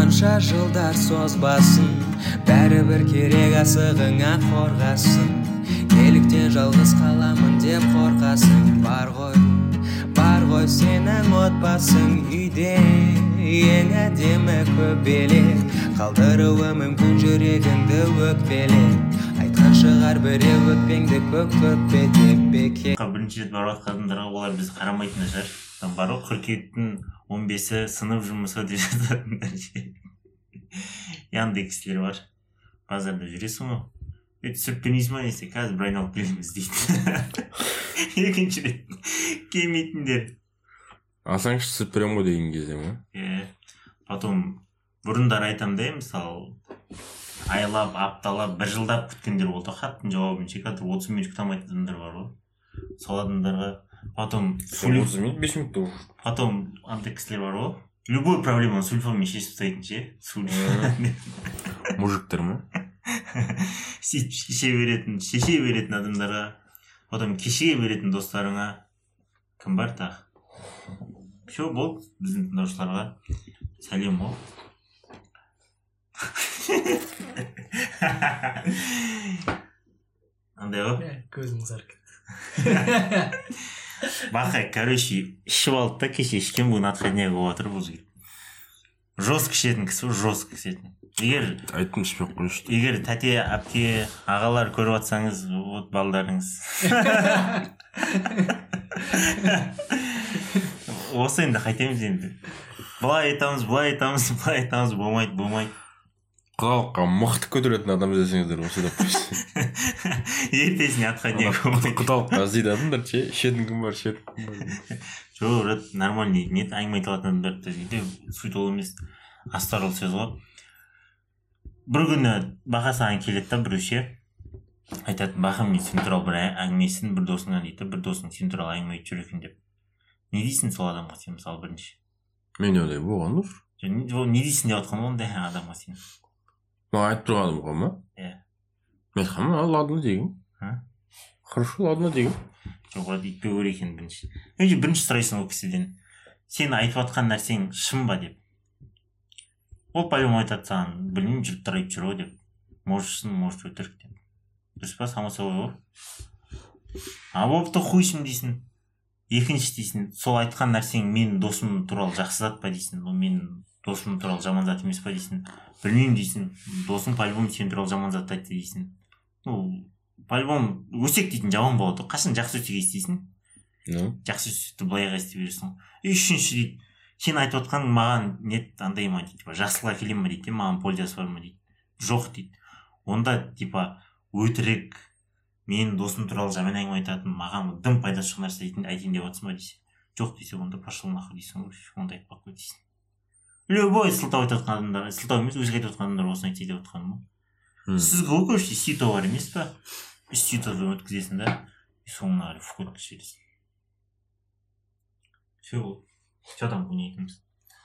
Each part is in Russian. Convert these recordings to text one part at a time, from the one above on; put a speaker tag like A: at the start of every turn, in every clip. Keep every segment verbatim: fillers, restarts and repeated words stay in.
A: қанша жылдар созбасын, бәрібір керек асығыңа қорғасын. Неліктен жалғыз қаламын деп қорқасың? Бар ғой, бар ғой сенің отбасың үйде, ең әдемі көбелек. Қалдыруы мүмкін жүрегіңді өкпелеп, айтқан шығар біреу өкпеңді көк көкпе деп беке.
B: Бірінші рет барып жатқандарға олар біз қарамайтын шығар. Бар ғой, қыркүйектің он бесі сынып жұмысы деп жататындар ше. Яндекстер бар. Базарда жүресің ғой. Өте сүріп келмейсің ма десе, қазір бір айналып келеміз дейді. Екінші рет келмейтіндер.
C: Алсаңшы сүріп берем ғой деген кезде ма?
B: Е, потом бұрындар айтам да, мысалы, айлап, апталап, бір жылдап күткендер болды. Хаттың жауабын ше, қазір отыз минут күте алмайтын адамдар бар ғой. Сол адамдарға потом
C: отыз минут, бес минут да.
B: Потом андай кісілер бар ғой. Любой проблеманы сульфамен шешіп тастайтын ше.
C: Мужиктер ма?
B: Сөйтіп шеше беретін, шеше беретін адамдарға, потом кешеге беретін достарыңа. Кім бар тағы? Все, болды біздің тыңдаушыларға. Сәлем ғой. Андай ғой?
D: Көзім қызарып кетті.
B: Бақай, короче, ішіп алды да кеше ішкен, бүгін отходняк болып отыр бұл жігіт. Жестко ішетін кісі, жестко ішетін. Егер
C: айттым ішпей қойшы.
B: Егер тәте, әпке, ағалар көріп жатсаңыз, вот балдарыңыз. Осы енді қайтеміз енді. Бұлай айтамыз, бұлай айтамыз, бұлай айтамыз, болмайды, болмайды.
C: Құдалыққа мықты көтеретін адам іздесеңіздер осы деп қойсын.
B: Ертесіне отходняк болмайды.
C: Құдалыққа іздейді адамдар ше, ішетін кім бар, ішетін кім бар.
B: Жоқ, нормально нет, әңгіме айтылатын адамдар дейді, суть ол емес, астарлы сөз ғой. Бір күні Бақа саған келеді да біреу ше, айтады, Бақам мен сен туралы бір әңгімесін бір досыңнан дейді, бір досың сен туралы әңгіме айтып жүр екен деп. Не дейсің сол адамға сен, мысалы, бірінші?
C: Мен ондай болған ұр.
B: Не дейсің деп отқан ондай адамға сен?
C: Маған айтып тұрғаным ғой ма?
B: Иә.
C: Мен айтқанмын, ладно деген. Хорошо, ладно деген.
B: Жоқ, өйтпеу керек екен бірінші. Önce бірінші сұрайсың ол кісіден. Сен айтып отқан нәрсең шын ба деп. Ол по-любому айтады саған, білмеймін, жүріп тұр айтып жүр ғой деп. Может шын, может өтірік деп. Дұрыс па, само собой ғой. А болыпты қойшым дейсің. Екінші дейсің, сол айтқан нәрсең менің досым туралы жақсы зат па дейсің. Ол менің досым туралы жаман зат емес па дейсің. Білмеймін дейсің. Досың по-любому сен туралы жаман зат айтты дейсің. Ну, по-любому өсек дейтін жаман болады. Қашан жақсы өсек естейсің? Жақсы өсекті былайға ести бересің. И үшінші дейді, сен айтып отқан маған нет андай ма дейді, жақсылыққа келем ма дейді, маған пользасы бар ма дейді. Жоқ дейді. Онда типа өтірік, мен досым туралы жаман әңгіме айтатын, маған дым пайдасы жоқ нәрсе айтайын деп отырсың ба дейсің. Жоқ десе, онда пошел нахуй дейсің, онда айтпақ қой дейсің. Любой сылтау айтып отқан адамдар, сылтау емес, өзге айтып отқан адамдар осыны айтса деп отқаным ма? Сізге ғой көшті сито бар емес па? Үш ситодан өткізесің да, соңына қарай вход кішересің. Все болды. Что там бүгін айтамыз?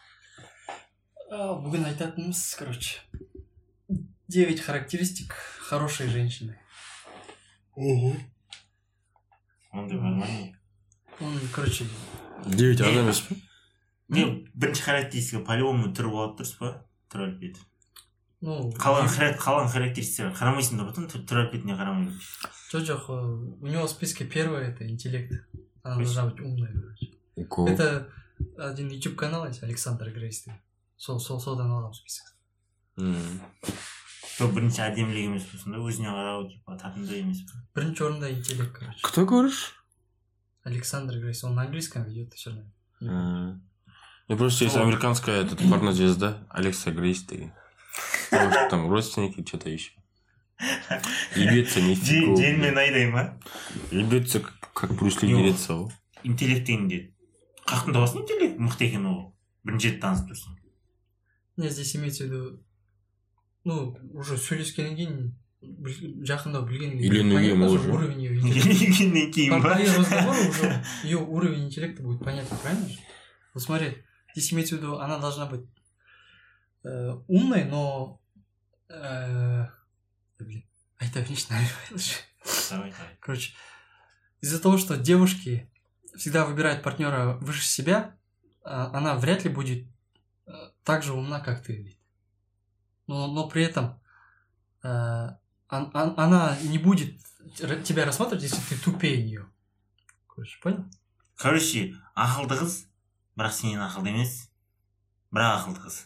D: Бүгін айтатынымыз, короче, девять характеристик хорошей женщины.
B: Ого. Ондай нормально.
D: Он, короче,
C: девять адам емес па?
B: Не, бірінші характеристика по-любому түрі болады, дұрыс па? Түр әлпеті.
D: Ну,
B: қалан характеристика қарамайсың да потом түр әлпетіне қарамай.
D: Жоқ, жоқ, у него в списке первое это интеллект. Она должна быть умная, короче. Это один YouTube канал есть, Александр Грейс. Сол, сол, содан алған список.
B: То бірінші әдемілік емес болсын да, өзіне қарау, типа, татымды емес па?
D: Бірінші орында интеллект, короче.
C: Кто говоришь?
D: Александр Грейс, он на английском ведет, все равно.
C: Я просто есть американская этот порнозвезда, Алекса Грейс деген. Может, там родственники что-то еще. Ебется нифига.
B: Женмен айдай ма?
C: Ебется, как Брюс Ли дерется ғой.
B: Интеллект дегенде. Қақтың табасың интеллект мықты екен ол. Бірінші рет танысып тұрсың.
D: Не, здесь имеется в виду, ну, уже сөйлескеннен кейін жақындау білгеннен кейін
C: үйленуге может.
D: Уровень ее интеллекта.
B: Үйленгеннен кейін ба?
D: По ее разговору уже ее уровень интеллекта будет понятен, правильно же? Вот смотри, здесь имеется в виду, она должна быть э, умной, но... Э, блин, айта берейінші, наверное. Короче, из-за того, что девушки всегда выбирают партнера выше себя, она вряд ли будет так же умна, как ты. но, но при этом э, он, он, она не будет тебя рассматривать, если ты тупее нее. Короче, понял?
B: Короче, ақылды қыз, бірақ сенен ақылды емес, бірақ ақылды қыз.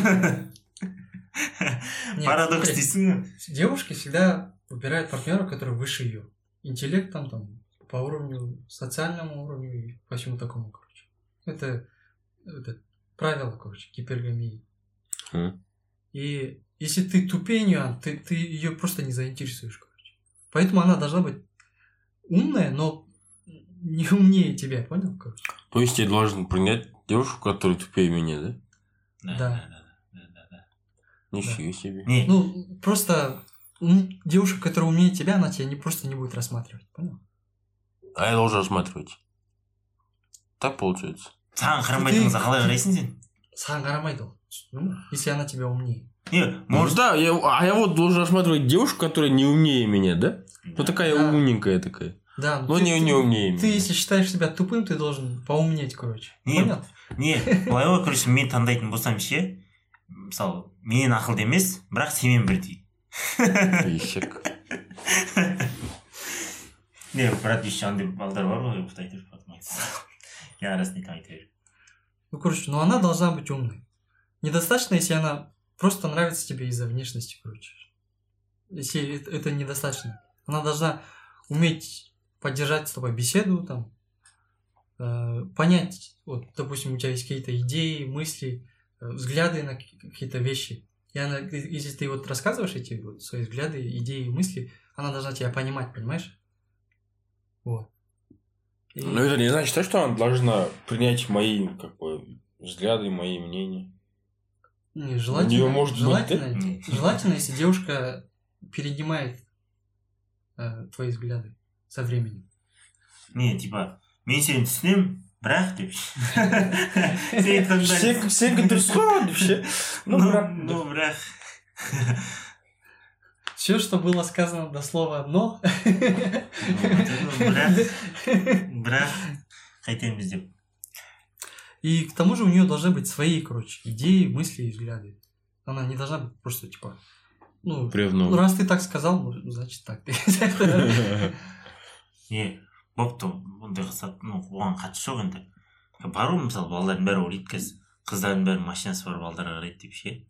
D: Нет,
B: Парадокс
D: смотри,
B: дейсің бе?
D: девушки всегда выбирают партнера, который выше ее. Интеллектом, там, по уровню, социальному уровню и по всему такому, короче. Это, это правило, короче, гипергамии.
C: Хм.
D: И если ты тупее нее, ты, ты ее просто не заинтересуешь, короче. Поэтому она должна быть умная, но не умнее тебя, понял, короче?
C: То есть я должен принять девушку, которая тупее меня, да?
B: Да,
D: Да.
B: да, да, да, да.
C: Нифига себе.
B: Не,
D: Ну, просто ум- девушка, которая умнее тебя, она тебя не, просто не будет рассматривать, понял?
C: А я должен рассматривать. Так получается.
B: саған қарамайтыныңызға қалай қарайсың сен?
D: Саған қарамайды ол. Ну, если она тебя умнее.
B: Не,
C: Может,
B: может,
C: да, я, а я вот должен рассматривать девушку, которая не умнее меня, да? Ну такая
D: Да.
C: умненькая такая.
D: Да,
C: Но
D: ты-
C: не, не
D: ты-
C: умнее
D: Ты,
C: меня.
D: если считаешь себя тупым, ты должен поумнеть, короче.
B: Не.
D: Понял?
B: не, былай ғой, короче, мен таңдайтын болсам ше, мысалы, менен ақылды емес, бірақ сенімен бірдей.
C: Ищек.
B: Не, брат, еще андай балдар бар ғой, бұт айтып потом айтсын. Я раз не айта бер.
D: Ну, короче, но она должна быть умной. Недостаточно, если она просто нравится тебе из-за внешности, короче. Если это, это недостаточно. Она должна уметь поддержать с тобой беседу, там, э, понять, вот, допустим, у тебя есть какие-то идеи, мысли, э, взгляды на какие- какие-то вещи. И она, и- если ты вот рассказываешь эти вот свои взгляды, идеи, мысли, она должна тебя понимать, понимаешь? Вот. И-
C: Но это не значит, что она должна принять мои как бы, взгляды, мои мнения.
D: Не, желательно,
C: неё может быть,
D: желательно,
B: да?
D: желательно, если девушка перенимает э, твои взгляды со временем.
B: Не, типа, мен сені түсінемін, бірақ деп. Сен таңдайсың.
C: Сен дұрыс қой вообще.
B: Ну, ну, бірақ.
D: Все, что было сказано до слова «но»,
B: бірақ, бірақ, қайтеміз деп.
D: и к тому же у нее должны быть свои, короче, идеи, мысли и взгляды. Она не должна быть просто, типа, ну, ну,
C: Бревно.
D: раз ты так сказал, ну, значит так.
B: Не, бопты, ондай қылса, ну, оған қатысы жоқ енді. Бар ғой, мысалы, балалардың бәрі ойлайды қазір, қыздардың бәрі машинасы бар балдарға қарайды деп ше.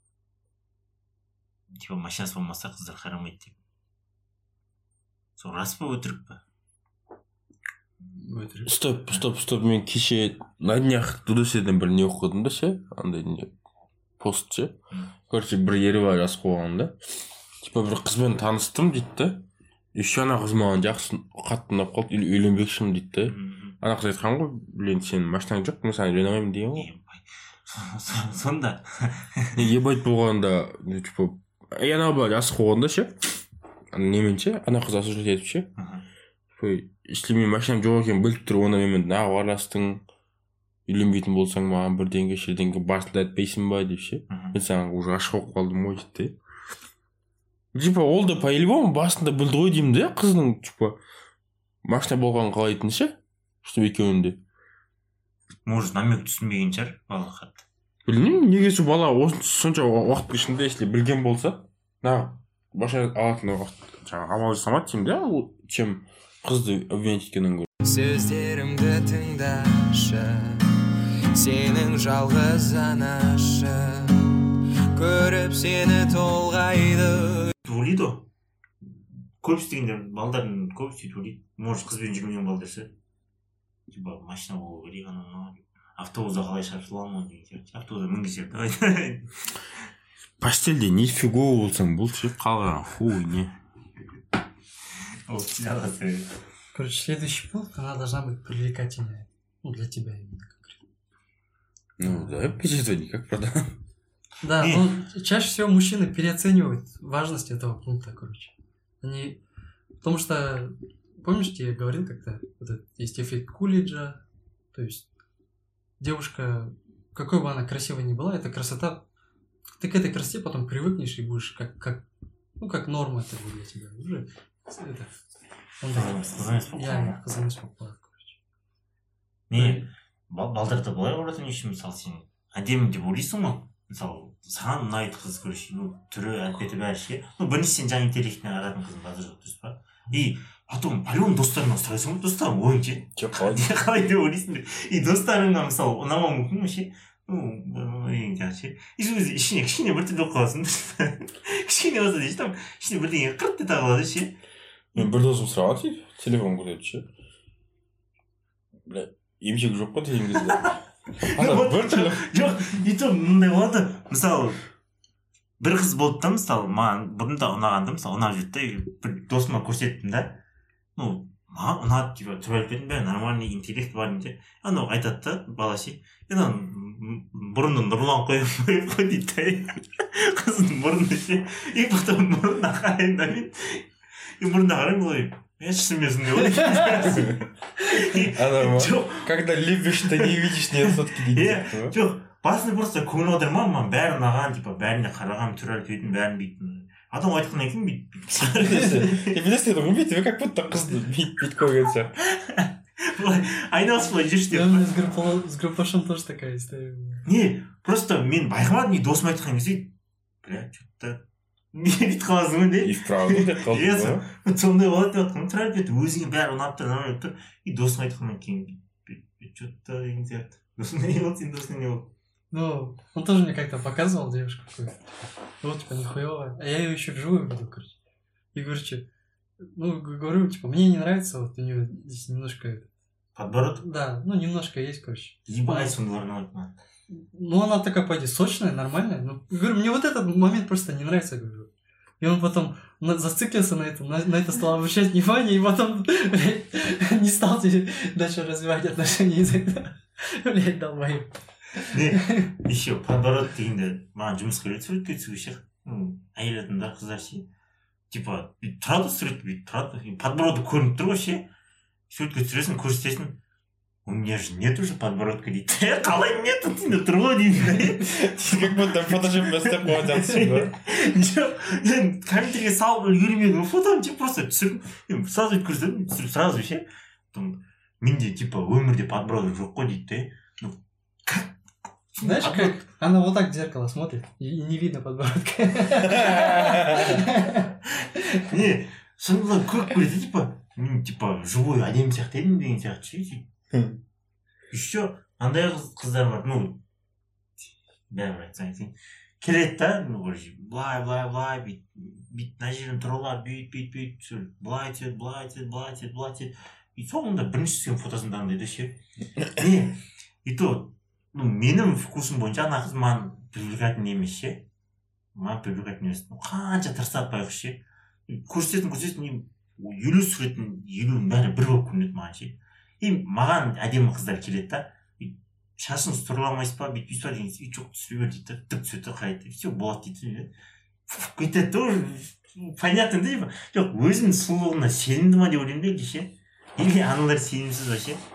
B: Типа, машинасы болмаса қыздар қарамайды деп. Сол рас па, өтірік па?
D: Өтірік.
C: Стоп, стоп, стоп. Мен кеше на днях тудоседен бір не оқыдым да ше. Андай не пост ше. Короче, бір ері бар жас қойған да. Типа бір қызбен таныстым дейді да. Еще ана қыз маған жақсы қатты ұнап қалды, или үйленбекшімін дейді да. Ана қыз айтқан ғой, блин, сенің машинаң жоқ, мен саған үйлене алмаймын деген ғой.
B: Ебай. Сонда.
C: Не, ебать болғанда, ну, типа, и ана была жас қойғанда ше. Немен ше, ана қыз осуждать етіп ше. Типа, если мен машинам жоқ екенін біліп тұр, онда мен неғып араластың, үйленбейтін болсаң маған бірдеңке шірдеңке басында айтпайсың ба деп ше. Мен саған уже ғашық болып қалдым ғой дейді. Типа, ол да по-любому басында білді ғой деймін де, қыздың, типа, машина болғанын қалайтын ше, что екеуін де.
B: Может, намек түсінбеген шығар, бала қатты.
C: Білмеймін, неге сол бала осы сонша уақыт ішінде, если білген болса, на машина алатын уақыт жаңағы амал жасамады деймін де, ол чем қызды обвинять еткеннен гөрі.
A: Сөздерімді тыңдашы, сенің жалғыз анашы, көріп сені толғайды.
B: Ойлайды ғой. Көбісі дегенде балдардың көбісі ойлайды. Может, қызбен жүрген балдар ше. Типа, машина болу керек анау. Автобуста қалай шапшыла алмау деген сияқты. Автобуста мінгізер давай.
C: Постельде не фигово болсаң бұл ше, қалған хуйня.
B: Ол жалғасы.
D: Короче, следующий пункт, она должна быть привлекательная. Ну, для тебя именно конкретно.
C: Ну, да, пиздец, никак продам.
D: Да,
B: Не.
D: ну, чаще всего мужчины переоценивают важность этого пункта, короче. Они... Потому что, помнишь, я говорил как-то, вот этот, есть эффект Кулиджа, то есть девушка, какой бы она красивой ни была, эта красота, ты к этой красоте потом привыкнешь и будешь как, как, ну, как норма это будет для тебя. Уже это... он такой,
B: Қызымыз болып
D: я
B: қалды.
D: қызымыз болып қалады, короче.
B: Не, бал- балдарды былай ұратын үшін, мысалы, сен әдемі деп ойлайсың ғой. мысалы саған ұнайды қыз короче, ну түрі әлпеті бәрі ше, ну бірінші сен жаңа интеллектіне қарадың қыздың базар жоқ дұрыс па, и потом по-любому достарыңнан сұрайсың ғой, достарың ойың ше,
C: жоқ қалай
B: қалай деп ойлайсың деп, и достарыңа мысалы ұнамауы мүмкін ғой ше, ну деген сияқты ше, и сол кезде ішіне кішкене біртүрлі болып қаласың, кішкене болса дейші там ішіне бірдеңе қырт ете қалады ше.
C: Мен бір досым сұраған дейді, телефон көрсетті ше, бля емшек жоқ па деген кезде біртүрлі
B: жоқ, и то мындай болады, мысалы бір қыз болды да, мысалы маған бұрын да ұнағанды, мысалы ұнап жүрді, бір досыма көрсеттім да, ну маған ұнады, типа түрі әлпетім бәрі нормальный интеллект бар дейді, анау айтады да бала ше, бұрынын нұрланып қойып қой дейді да, қыздың бұрыны ше, и потом бұрынына қараймын да мен, и бұрынына қараймын олай, я шысымесің деп ойлаймын.
C: Ана ма, когда любишь, то не видишь, не сотки дейді.
B: Жоқ, басында просто көңіл аудармам, маған бәрі ұнаған, типа бәріне қарағам, түрі әлпетін бәрін бүйтін. Адам айтқаннан кейін бүйтіп.
C: Білесің еді ғой, тебе как будто қызды бүйтіп көрген сияқты.
B: Айналыс былай жүрші деп.
D: С группашом тоже такая история.
B: Не, просто мен байқамадым, и досым айтқан кезде, бля, что-то не бүйтіп қаласың ғой,
C: И вправду деп қалдың ба?
B: Сондай болады деп жатқан, түрі әлпеті өзіңе бәрі ұнап тұр, ұнап тұр, и досым айтқаннан кейін, что-то деген сияқты. Досымда не болды, сен досында не болды?
D: Ну, он тоже мне как-то показывал девушку какую-то. Вот, типа, нихуевая. А я ее еще вживую видел, короче. И, короче, ну, говорю, типа, мне не нравится, вот у нее здесь немножко...
B: Подбородок?
D: Да, ну, немножко есть, короче.
B: Ебать, сондайларына айтма.
D: Ну, она такая, пойди, сочная, нормальная. Ну, говорю, мне вот этот момент просто не нравится, говорю. И он потом зациклился на этом, на, на это стал обращать внимание, и потом не стал дальше развивать отношения из-за этого. Блядь, долбоеб.
B: Не, еще подбородок дегенде маған жұмыс келеді, суретке түсуге ше, әйел адамдар қыздар ше, типа бүйтіп тұрады сурет, бүйтіп тұрады, подбородок көрініп тұр ғой ше, суретке түсіресің, көрсетесің, у меня же нет уже подбородка дейді. Қалай нет, сенде тұр ғой дейді.
C: Как будто фотошоп бастап қойған жатсың ба?
B: Жоқ, мен компьютерге салып үлгермедім, фотоны типа просто түсірдім, сразу өйтіп көрсетдім, түсіріп сразу ше, менде типа өмірде подбородок жоқ қой дейді.
D: Знаешь, как она вот так в зеркало смотрит, и не видно подбородка.
B: Не, сонда көп көреді, типа, мен типа живой әдемі сияқты едім деген сияқты ше. Еще андай қыздар бар, ну, бәрібір айтсаң сен келеді да, ну, былай, былай, былай, бүйтіп, мына жерін тұралап, бүйтіп, бүйтіп, бүйтіп, былай түседі, былай түседі, былай түседі, былай түседі. И соңында бірінші түскен фотосында андай да ше. Не, и то, ну, менің вкусым бойынша ана қыз маған привлекательный емес ше. Маған привлекательный емес. Қанша тырысады байқұс ше. Көрсететін, көрсететін, елу суретін, елуінің бәрі бір болып көрінеді маған ше. И маған әдемі қыздар келеді да, шашыңыз тұрламайсыз ба, бүйтіп бүйтіп деген кезде, жоқ түспей бер дейді, тік түседі, қайты, все болады дейді. Бүйтеді тоже понятно да, жоқ, өзінің сұлулығына сенімді ма деп ойлаймын да, ше. Или аналар сенімсіз ба ше.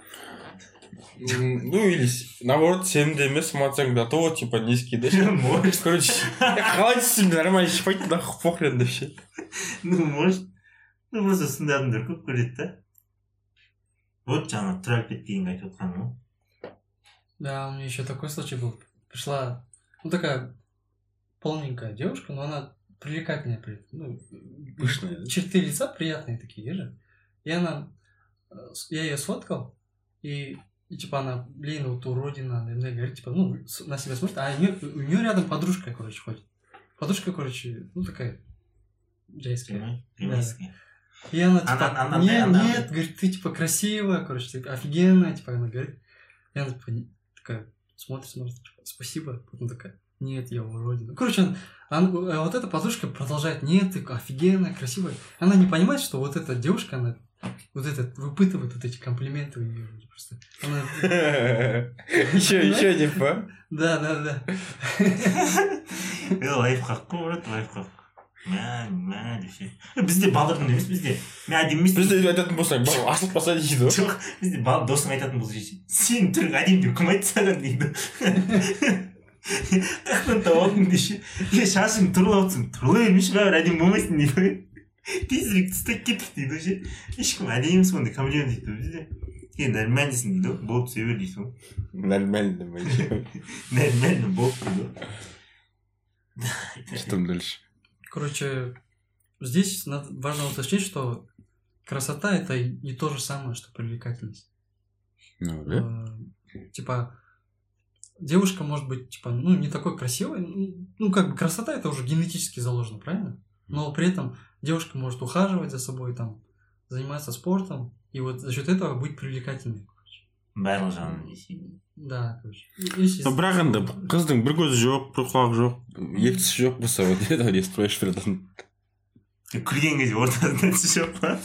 C: Ну или наоборот сенімді емес, самооценка да то типа низкий да ше. Может. Короче, қалай түсін нормально шипайды да, похрен да ше.
B: Ну может. Ну просто сондай адамдар көп көреді да. Вот жаңа түрі әлпет дегенге айтып отқаным ғой.
D: Да, у меня еще такой случай был. Пришла, ну такая полненькая девушка, но она привлекательная, ну,
C: пышная.
D: Черты лица приятные такие же. И она, я ее сфоткал, и, и типа она, блин, вот уродина, она говорит, типа, ну, на себя смотрит, а у нее, у нее рядом подружка, короче, ходит. Подружка, короче, ну такая, джейская. Да. И она типа, она, она, нет, она, нет, она... говорит, ты типа красивая, короче, ты офигенная, типа, она говорит. И она типа, такая, смотрит, смотрит, типа, спасибо. Потом такая, нет, я уродина. Короче, он, он, вот эта подружка продолжает, нет, ты офигенная, красивая. Она не понимает, что вот эта девушка, она вот это выпытывает вот эти комплименты у нее. Просто она...
C: Еще, еще один, па?
D: Да, да, да.
B: Лайфхак, повод, лайфхак. Мә, мә десе. Бізде балдырдың емес, бізде. Мә әдем емес.
C: Бізде айтатын болсаң, асылып баса дейді.
B: Жоқ, бізде досың айтатын болса жесе. Сен түрің әдем деп кім айтты саған дейді. Тақтан табалдың десе. Е, шашың тұрылып отырсың. Тұрыла бермеші, бәрі әдем болмайсың дейді. Тезірек тістеп кеттік дейді ше. Ешкім әдем емес ондай комплимент дейді бізде. сен нормальныйсың дейді ғой, болып түсе бер дейсің ғой.
C: Нормально, вообще.
B: Нормально болып дейді ғой.
C: Что там дальше?
D: Короче, здесь надо- важно уточнить, что красота это не то же самое, что привлекательность.
C: Ну, да?
D: Э, Типа, девушка может быть, типа, ну, не такой красивой. Ну, ну, как бы красота это уже генетически заложено, правильно? Но при этом девушка может ухаживать за собой, там, заниматься спортом, и вот за счет этого быть привлекательной.
B: Барлық жағынан есейді.
D: Да, короче. Если-
C: Ну, бірақ енді қыздың бір көзі жоқ, бір құлағы жоқ, екі тісі жоқ болса, вот это не строишь перед одним.
B: Күлген кезде ортасында тісі жоқ па?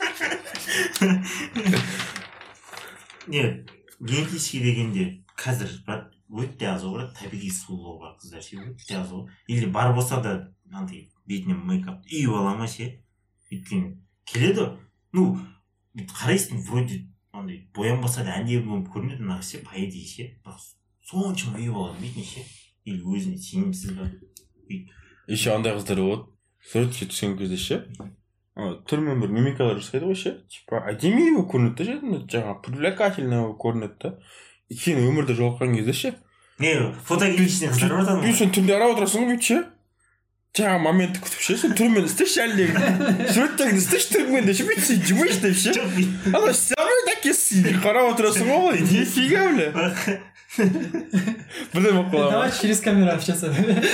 B: Не, генетически дегенде қазір брат өте аз ғой, брат, табиғи сұлулығы бар қыздар ше, өте аз ғой. Или бар болса да андай бетіне мейкап үйіп ала ма ше. Өйткені келеді, ну, бүйтіп қарайсың, вроде андай боянбаса да әдемі болып көрінеді мына ше, по идее ше. Бірақ соншама үйіп алады бетіне ше. Или өзіне сенімсіз ба.
C: Еще андай қыздар болады, суретке түскен кезде ше, ана түрмен бір мимикалар жасайды ғой ше, типа әдемі болып көрінеді да ше, жаңағы привлекательный болып көрінеді да. И кейін өмірде жолыққан кезде ше,
B: Не, фотогеничный қыздар бар
C: бүйтіп сен түнде қарап отырасың ғой бүйтіп ше, жаңағы моментті күтіп ше, сен түрмен істеші әлдегі, суреттегін істеші түрмен де ше, бүйтіп сен жымайшы деп ше. Ана самый такие қарап отырасың ғой, нифига бля. Бірден болып қалады.
D: Давай через камеру общаться.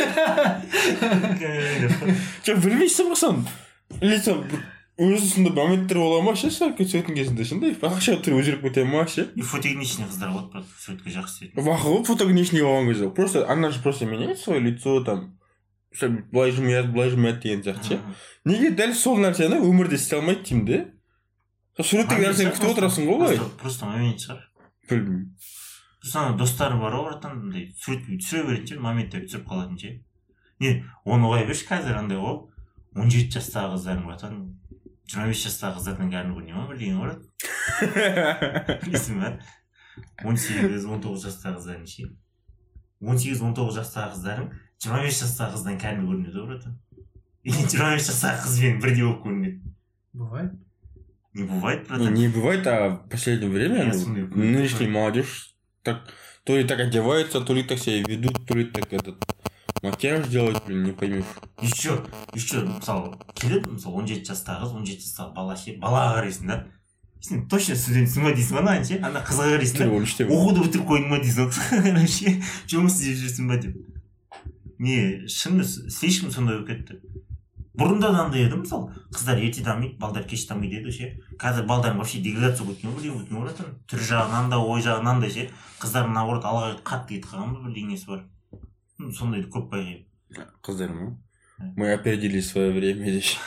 C: Жоқ, білмейсің ғой сен. Или сен өзі сондай моменттер бола ма ше, сен түсетін кезінде сондай ақша түрі өзгеріп кете ма ше.
B: И фотогеничный қыздар болады, брат, суретке жақсы түсетін.
C: Вахы ғой фотогеничный болған кезде. Просто она же просто меняет свое лицо там. Былай жымияды, былай жымияды деген сияқты ше. Неге дәл сол нәрсені өмірде істей алмайды деймін де? Суреттегі нәрсені күтіп отырасың ғой былай.
B: Просто момент шығар.
C: Білмеймін.
B: Сосын достары бар ғой, братан, андай суретке түсіре беретін ше, моментте түсіріп қалатын ше. Не, оны қоя берші, қазір андай ғой, он жеті жастағы қыздардың, братан, жиырма бес жастағы қыздардан кәдімгі не ма бірдеңе бар еді. Білесің ба? он сегіз он тоғыз жастағы қыздардың ше. он сегіз он тоғыз жастағы қыздарың жиырма бес жастағы қыздан кәдімгі көрінеді ғой, братан. И жиырма бес жастағы қызбен бірдей болып көрінеді.
D: Бывает.
B: Не бывает,
C: Ну,
B: братан.
C: не бывает, а в последнее время
B: Я
C: ну,
B: смотрю,
C: нынешняя молодежь так, то ли так одевается, то ли так себя ведут, то ли так этот макияж делают, блин, не поймешь.
B: еще еще мысалы келеді, мысалы он жеті жастағы қыз, он жеті жастағы бала ше, балаға қарайсың да, сен точно студентсің ба дейсің ба, ана ше, ана қызға қарайсың
C: Түрі
B: да,
C: өлші деп.
B: оқуды бітіріп қойдың ба дейсің ғой, короче, жұмыс істеп жүрсің ба деп. Не, шын слишком сондай болып кетті. Бұрында да андай еді, мысалы қыздар ерте дамиды, балдар кеш дамиды еді ше. Қазір балдардың вообще деградация өткен ғой, өткен ғой, түр жағынан да, ой жағынан да ше, қыздар наоборот алға қатты кетіп қалған ба бірдеңесі бар. Ну, сондайды көп байқаймын.
C: Қыздар ма? Мы опередили свое время деші.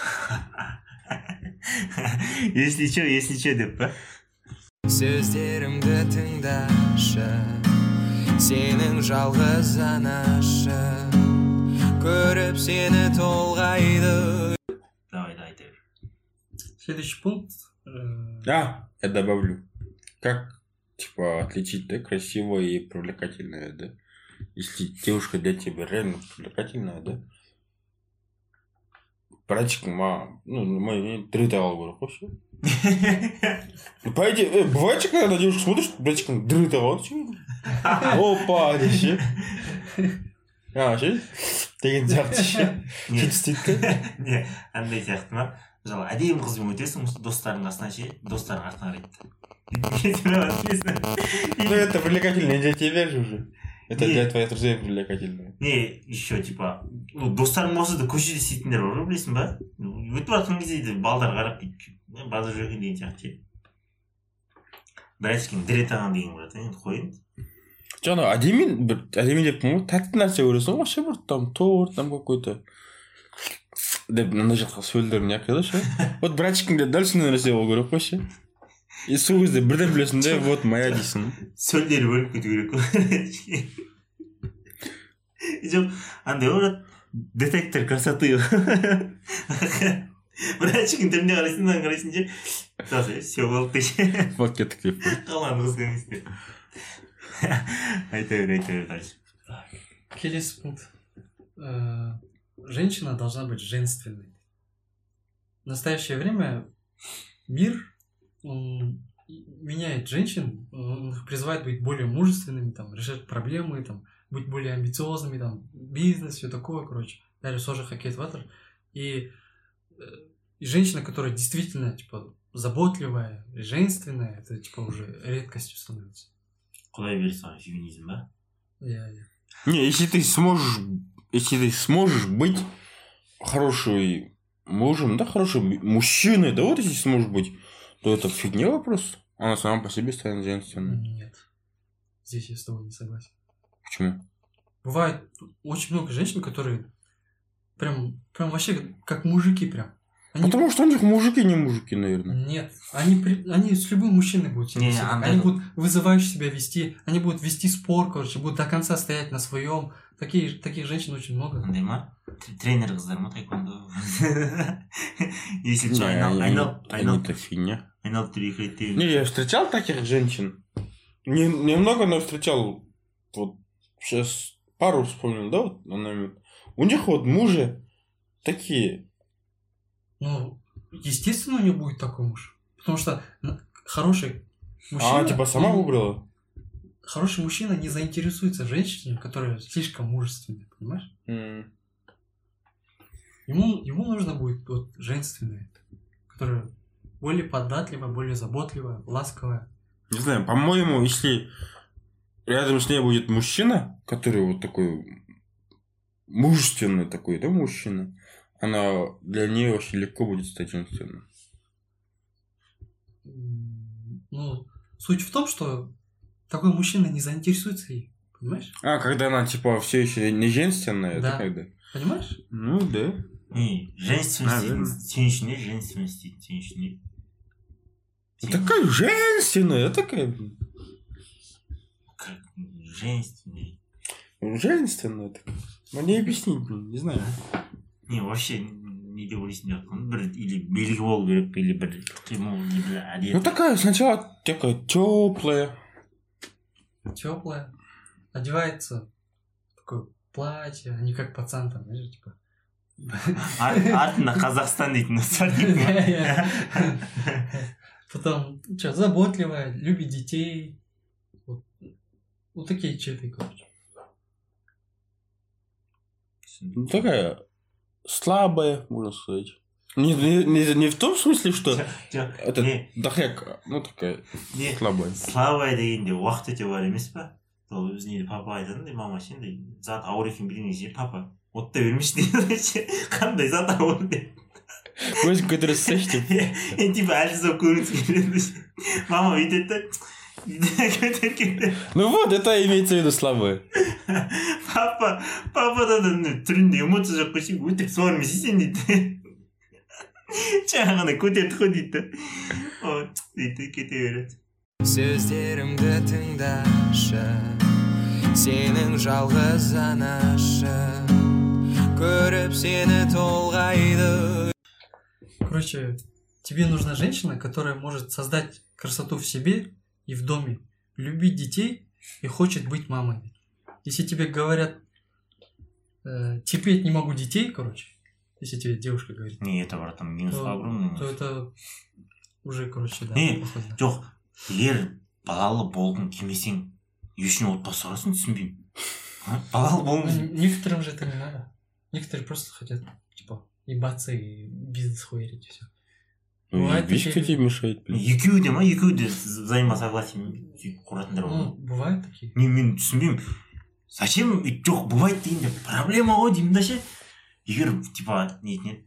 B: Если че, если че деп па?
A: Сөздерімді тыңдашы, сенің жалғыз анашы, көріп сені толғайды.
B: Давай, давай, давай.
D: Следующий пункт. э,
C: А, я добавлю. Как, типа, отличить, да, красивое и привлекательное, да? Если девушка для тебя реально привлекательная, да? Братчиком, ма, ну, мы дрыта алгоритм вообще. Ну, по идее, э, бывает же, когда на девушку смотришь, братчиком дрыта алгоритм. Опа, деші. А, ше? Деген сияқты ше. Сөйтіп істейді да.
B: Не, андай сияқты ма? Мысалы, әдемі қызбен өтесің, достарың қасынан ше, достарың артынан қарайды.
C: Ну, это привлекательно не для тебя же уже. Это
B: Не.
C: для твоих друзей привлекательно.
B: Не, еще, типа, ну, достарың болса да көшеде істейтіндер бар, білесің ба? Өтіп жатқан кезде де балдар қарап дейді, базар жүрген деген сияқты ше. Братчикин діретаған деген бар, енді қойын.
C: Жаңа әдемі бір әдемі деп ғой, тәтті нәрсе көресің ғой ше, бір там торт там какой-то деп мына жаққа сөйлдерін яқыды ше. Вот братчикіңде дәл сондай нәрсе болу керек қой ше. И сол кезде бірден білесің де, вот моя дейсің.
B: Сөлдері бөліп кету керек қой. Жоқ, андай ғой, детектор красоты. Братчикин түріне қарайсың, мынаған қарайсың ше. Все, все болды ше.
C: Вот кеттік деп.
B: Қалған қыз емес деп. Айта бер, айта бер дальше.
D: Келесі пункт. Э, Женщина должна быть женственной. В настоящее время мир, он меняет женщин, он их призывает быть более мужественными, там, решать проблемы, там, быть более амбициозными, там, бизнес, все такое, короче. Даже тоже хоккей ватер. И, и женщина, которая действительно, типа, заботливая, женственная, это, типа, уже редкостью становится.
B: Құдай берсін, феминизм, ба?
D: Я, я.
C: Не, если ты сможешь, если ты сможешь быть хорошим мужем, да, хорошим мужчиной, да, вот если сможешь быть, то это фигня вопрос. Она сама по себе станет женственной.
D: Нет. Здесь я с тобой не согласен.
C: Почему?
D: Бывает очень много женщин, которые прям, прям вообще как мужики прям. Они...
C: Потому что у них мужики не мужики, наверное.
D: Нет, они, при... они с любым мужчиной будут себя
B: Не,
D: вести.
B: а
D: Они
B: да.
D: будут вызывающе себя вести, они будут вести спор, короче, будут до конца стоять на своем. Такие, таких женщин очень много.
B: Андай ма? Тренер қыздар ма тайквондо? Если
C: Не,
B: что,
C: они,
B: айналып
C: они
B: айналып
C: это фигня.
B: айналып бір екі рет
C: Не, я встречал таких женщин. Не, немного, но встречал. Вот сейчас пару вспомнил, да, вот на момент. У них вот мужи такие.
D: Ну, естественно, у нее будет такой муж. Потому что хороший мужчина...
C: А, типа сама выбрала?
D: Хороший мужчина не заинтересуется женщиной, которая слишком мужественная, понимаешь?
C: Mm.
D: Ему, ему нужно будет вот женственная, которая более податливая, более заботливая, ласковая.
C: Не знаю, по-моему, если рядом с ней будет мужчина, который вот такой мужественный такой, да, мужчина, она для нее очень легко будет стать женственной.
D: Ну, суть в том, что такой мужчина не заинтересуется ей, понимаешь?
C: А, когда она, типа, все еще не женственная,
D: Да.
C: это когда?
D: Понимаешь?
C: Ну, да.
B: Не, женственность
C: Наверное.
B: сен үшін не женственность дейді, сен үшін не?
C: Ну, такая женственная, такая...
B: Как женственный.
C: Женственная такая. Ну, не объяснить, блин, не знаю.
B: Не, вообще не деп ойлайсың деп жатқаным бір или белгі болу керек или бір қимыл или бір әдет.
C: Ну, такая сначала такая теплая.
D: Теплая. Одевается в такое платье, а не как пацан там, знаешь, типа.
B: Артында Қазақстан дейтін достар дейді.
D: Потом, что, заботливая, любит детей. Вот, вот такие черты, короче.
C: Ну, такая слабая, можно сказать. Не, не, не, не в том смысле, что это
B: не,
C: дохляк, ну такая
B: не,
C: слабая.
B: слабая дегенде уақыт өте бар емес па? Сол өзіне папа айтады, мама сен де зат ауыр екен бірдеңе ше, папа оттай бермеші дейді ше, қандай зат ауыр деп.
C: Өзің көтересің деп.
B: Енді типа әлсіз болып көрінгісі келеді ше. Мама бүйтеді да көтерген.
C: Ну вот, это имеется в виду слабая.
B: Папа, папада да түрінде эмоция жоқ қой, өтіп солар емес сен дейді. Жаңағыны көтерді ғой дейді. О, дейді кете береді.
A: Сөздерімді тыңдашы, сенің жалғыз анашы, көріп сені толғайды.
D: Короче, тебе нужна женщина, которая может создать красоту в себе и в доме, любить детей и хочет быть мамой. Если тебе говорят, э, терпеть не могу детей, короче, если тебе девушка говорит,
B: Не, это, братан, минус
D: то,
B: огромный.
D: то это уже, короче, да.
B: Не,
D: похоже на-
B: жоқ, егер балалы болғың келмесең, не үшін отбасы құрасың, түсінбеймін. А? Балалы
D: Ну,
B: болғың.
D: некоторым же это не надо. Некоторые просто хотят, типа, ебаться и бизнес хуярить, и все.
C: Ну,
D: Бывает
C: видишь,
D: такие
C: кто тебе мешает, блин.
B: Екеуі де ма, екеуі де взаимосогласиемен сөйтіп құратындар бар.
D: Ну, бывают такие.
B: Не, мен түсінбеймін. Зачем ит жоқ бывает дегенде проблема ғой деймін да ше. Егер типа нетінен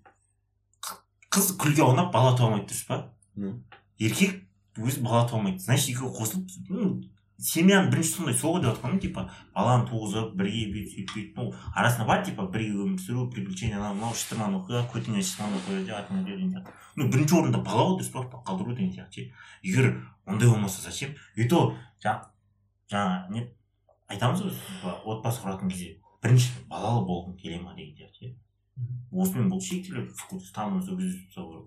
B: қыз күлге аунап бала туа алмайды дұрыс па?
C: Ну.
B: Еркек өзі бала туа алмайды. Значит екеуі қосылып, ну, семьяның бірінші сондай сол ғой деп жатқаным, типа баланы туғызып бірге бүйтіп сөйтіп, ну, арасында бар типа бірге өмір сүру, приключение, мынау шытырман оқиға, көтіңе шытырман оқиға деп атымен деген сияқты. Ну, бірінші орында бала ғой дұрыс па? Қалдыру деген сияқты ше. Егер ондай болмаса зачем? И то жаңа жаңа не айтамыз ғой, типа, отбасы құратын кезде бірінші балалы болғың келе ма деген сияқты ше. Осымен бұл шектеліп ұстанымыз өгізіп тастау керек.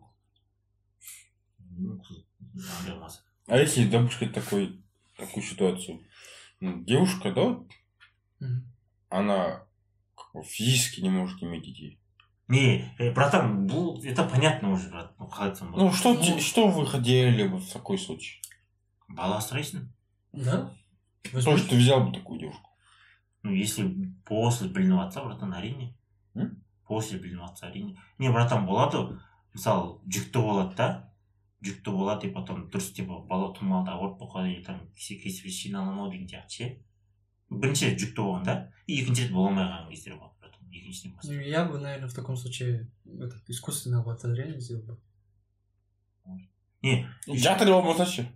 B: Ну, қыз андай болмаса.
C: А если допустить такой, такую ситуацию? Ну, девушка, да, вот,
D: Мгм.
C: она как бы физически не может иметь детей.
B: Не, э, братан, бұл это понятно уже, брат. Ну, қалай айтсам болады.
C: Ну, что,
D: Ну.
C: те- что вы хотели бы в такой случай?
B: бала асырайсың.
D: Да?
C: То, что ты взял бы такую девушку.
B: Ну, если после білініп жатса, братан, әрине. После білініп жатса, әрине. Не, братан, болады, мысалы, жүкті болады да, жүкті болады, и потом дұрыс типа бала тумалды ауырып қалады, или там кесіп жиналамау деген сияқты ше. Бірінші рет жүкті болған да, и екінші рет бола алмай қалған кездер болады, братан. Екіншіден
D: Ну,
B: бастап.
D: я бы, наверное, в таком случае этот, искусственное оплодотворение сделал бы.
B: Не,
C: Жатыр болмаса ше.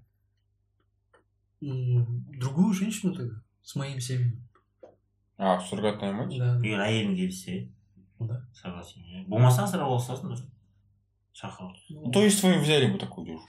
D: М, Другую женщину тогда, с моим семенем.
C: А, суррогатная мать?
D: Да.
B: егер әйелің келсе,
D: Ну да.
B: согласен. иә. Болмаса асырап алсасын дұрыс. Шақырып.
D: Ну,
C: То есть вы взяли бы такую девушку?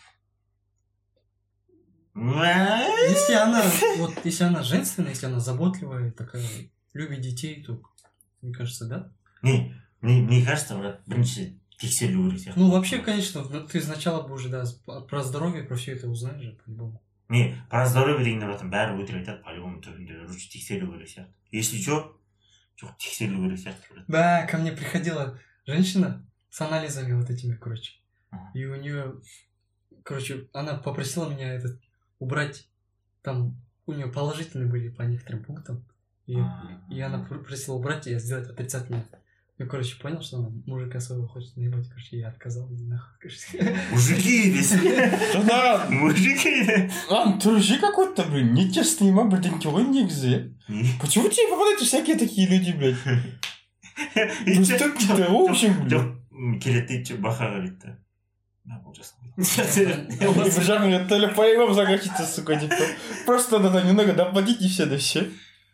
D: Если она, вот, если она женственная, если она заботливая, такая, любит детей, то, мне кажется, да?
B: Не, мне, мне кажется, брат, бірінші тексерілу керек сияқты.
D: Ну, вообще, конечно, ну, ты сначала бы уже, да, с- про здоровье, про все это узнаешь же, по-любому.
B: Не, про здоровье дегенде братан бәрі өтірік айтады, по-любому түрінде лучше тексерілу керек сияқты. Если что, жоқ, тексерілу керек сияқты, брат.
D: Да, ко мне приходила женщина с анализами вот этими, короче.
B: Ага.
D: И у нее, короче, она попросила меня этот убрать, там у нее положительные были по некоторым пунктам. И,
B: А.
D: и она пр- просила убрать и сделать отрицательные. Я, короче, понял, что она мужика своего хочет наебать, короче, я отказал, иди нахуй, короче.
B: Мужики десін.
C: Да,
B: Мужики.
C: Ан, дружи какой-то, блин, нечестный, ма, бірдеңке ғой негізі.
B: Не.
C: Почему тебе попадаются всякие такие люди, блядь? Преступники, в общем, блядь.
B: Жоқ, келеді дейді, че баха қалайды да. Да, бұл жасамайды.
C: И бір жағынан то ли по-ему загачиться, сука, типа. Просто надо немного доплатить и все, да все.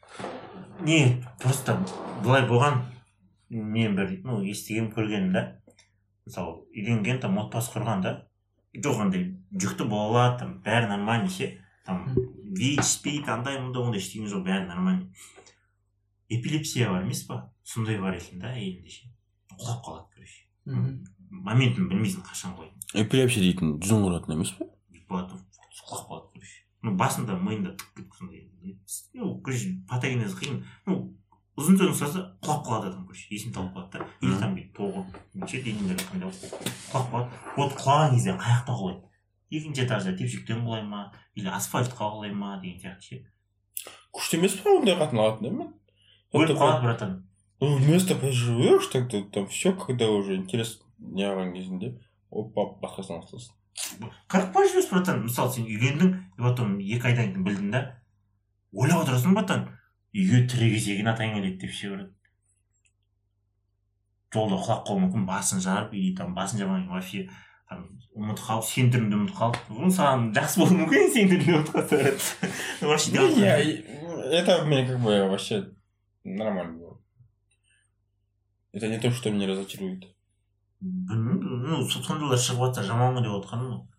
B: Не, просто былай болған, мен бір, ну, естігем көргенім да. Мысалы, үйленген, там, отбасы құрған да. Жоқ, андай, жүкті бола алады, там, бәрі нормально ше. Там, вич, спит, андай, мұнда, ондай ештеңе жоқ, бәрі нормально. Эпилепсия бар емес па? Сондай бар екен да, әйелінде ше. Құлап қалады, короче.
D: Мгм.
B: Моментін білмейсің қашан қойдың.
C: Эпилепсия дейтін жүзін құратын емес пе?
B: Болады, құлап қалады, короче. Ну, басында, миында тық сондай. Ну, короче, патогенез қиын. Ну, ұзын сөзін қысқасы, құлап қалады адам, короче. Есін тауып қалады да. Или там бүйтіп тоғыр, ше денелері қандай құлап қалады. Вот құлаған кезде қай жақта құлайды? Екінші этажда тепшектен құлай ма, или асфальтқа құлай ма деген сияқты ше.
C: Күшті емес па ондай қатын алатын, да мен?
B: Өліп қалады, братан.
C: Ну, вместо поживешь, тогда там все, когда уже интерес не алған кезінде, опа, басқасынан ақтасын.
B: Қырық па жүресің, братан. Мысалы, сен үйлендің, и потом екі айдан кейін білдің да. Ойлап отырасың, братан. Үйге тірі кезегін атаң келеді деп ше, брат. Жолда құлап қалуы мүмкін, басын жарып, или там басын жармай вообще там ұмытып қалып, сен түрінде ұмытып қалып. Бұл саған жақсы болуы мүмкін, сен түрінде ұмытып қалса, брат. Вообще
C: Не,
B: не
C: я, это мне как бы вообще нормально было. Это не то, что меня разочарует.
B: Білмеймін, ну, сондайлар шығып жатса жаман ғой деп отқаным ғой.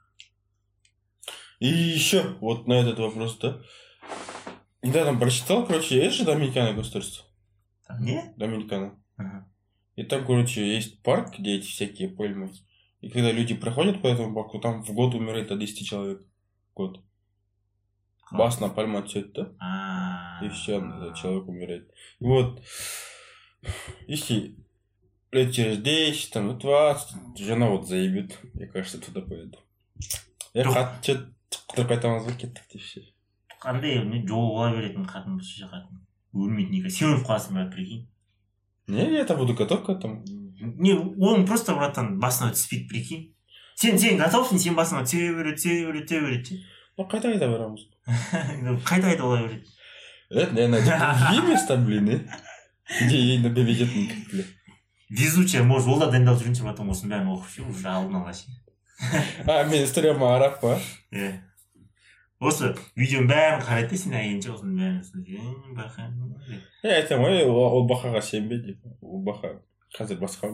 C: И еще вот на этот вопрос, да. Да, там прочитал, короче, есть же Доминикана государство?
B: Не?
C: Доминикана.
B: Ага.
C: И там, короче, есть парк, где эти всякие пальмы. И когда люди проходят по этому парку, там в год умирает от десяти человек. В год. Басна пальма цвет, да?
B: А.
C: И все, этот человек умирает. И вот, если лет через десять, там, двадцать, жена вот заебет, мне кажется, туда поеду. Я хат, что-то қыдырып қайтамыз ба кеттік деп ше.
B: Қандай не жол бола беретін қатын болса ше қатын. Өлмейтін екен. Сен өліп қаласың, брат, прикинь.
C: Не, я это буду готов к этому.
B: Не, он просто, братан, басына түспейді, прикинь. Сен, сен готовсың, сен басына түсе береді, түсе береді, түсе береді.
C: Ну, қайта қайта барамыз.
B: Қайта қайта бола береді.
C: Это, наверное, другие места, блин, э? Где ей довезет никак, блин.
B: Везучая, может, ол да дайындалып жүрген шығар, потом осының бәрін оқып ше, уже алдын ала ше.
C: А, мен историяма араб па?
B: Иә. Осы видеоның бәрін қарайды да, сен әйелінше осының бәрін сын. Баха.
C: Я айтамын ғой, ол бақаға сенбе деп. Ол бақа қазір басқа.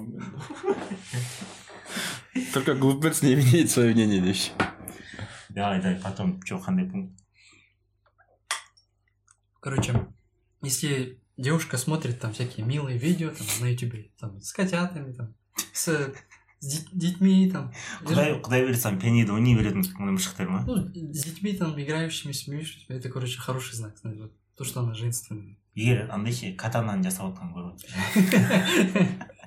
C: Только глупец не имеет свое мнение деп ше.
B: Давай, давай, потом, что, қандай пункт?
D: Короче, если девушка смотрит там всякие милые видео там на ютубе, там, с котятами, там, с, с дет- детьми, там,
B: Құдай, құдай береді, сам пианино ойнай беретін ондай мышықтар ма?
D: ну, с детьми там играющими, смеющимися, это, короче, хороший знак, знаешь, вот, то, что она женственная.
B: Егер андай ше катананы жасап отқан көріп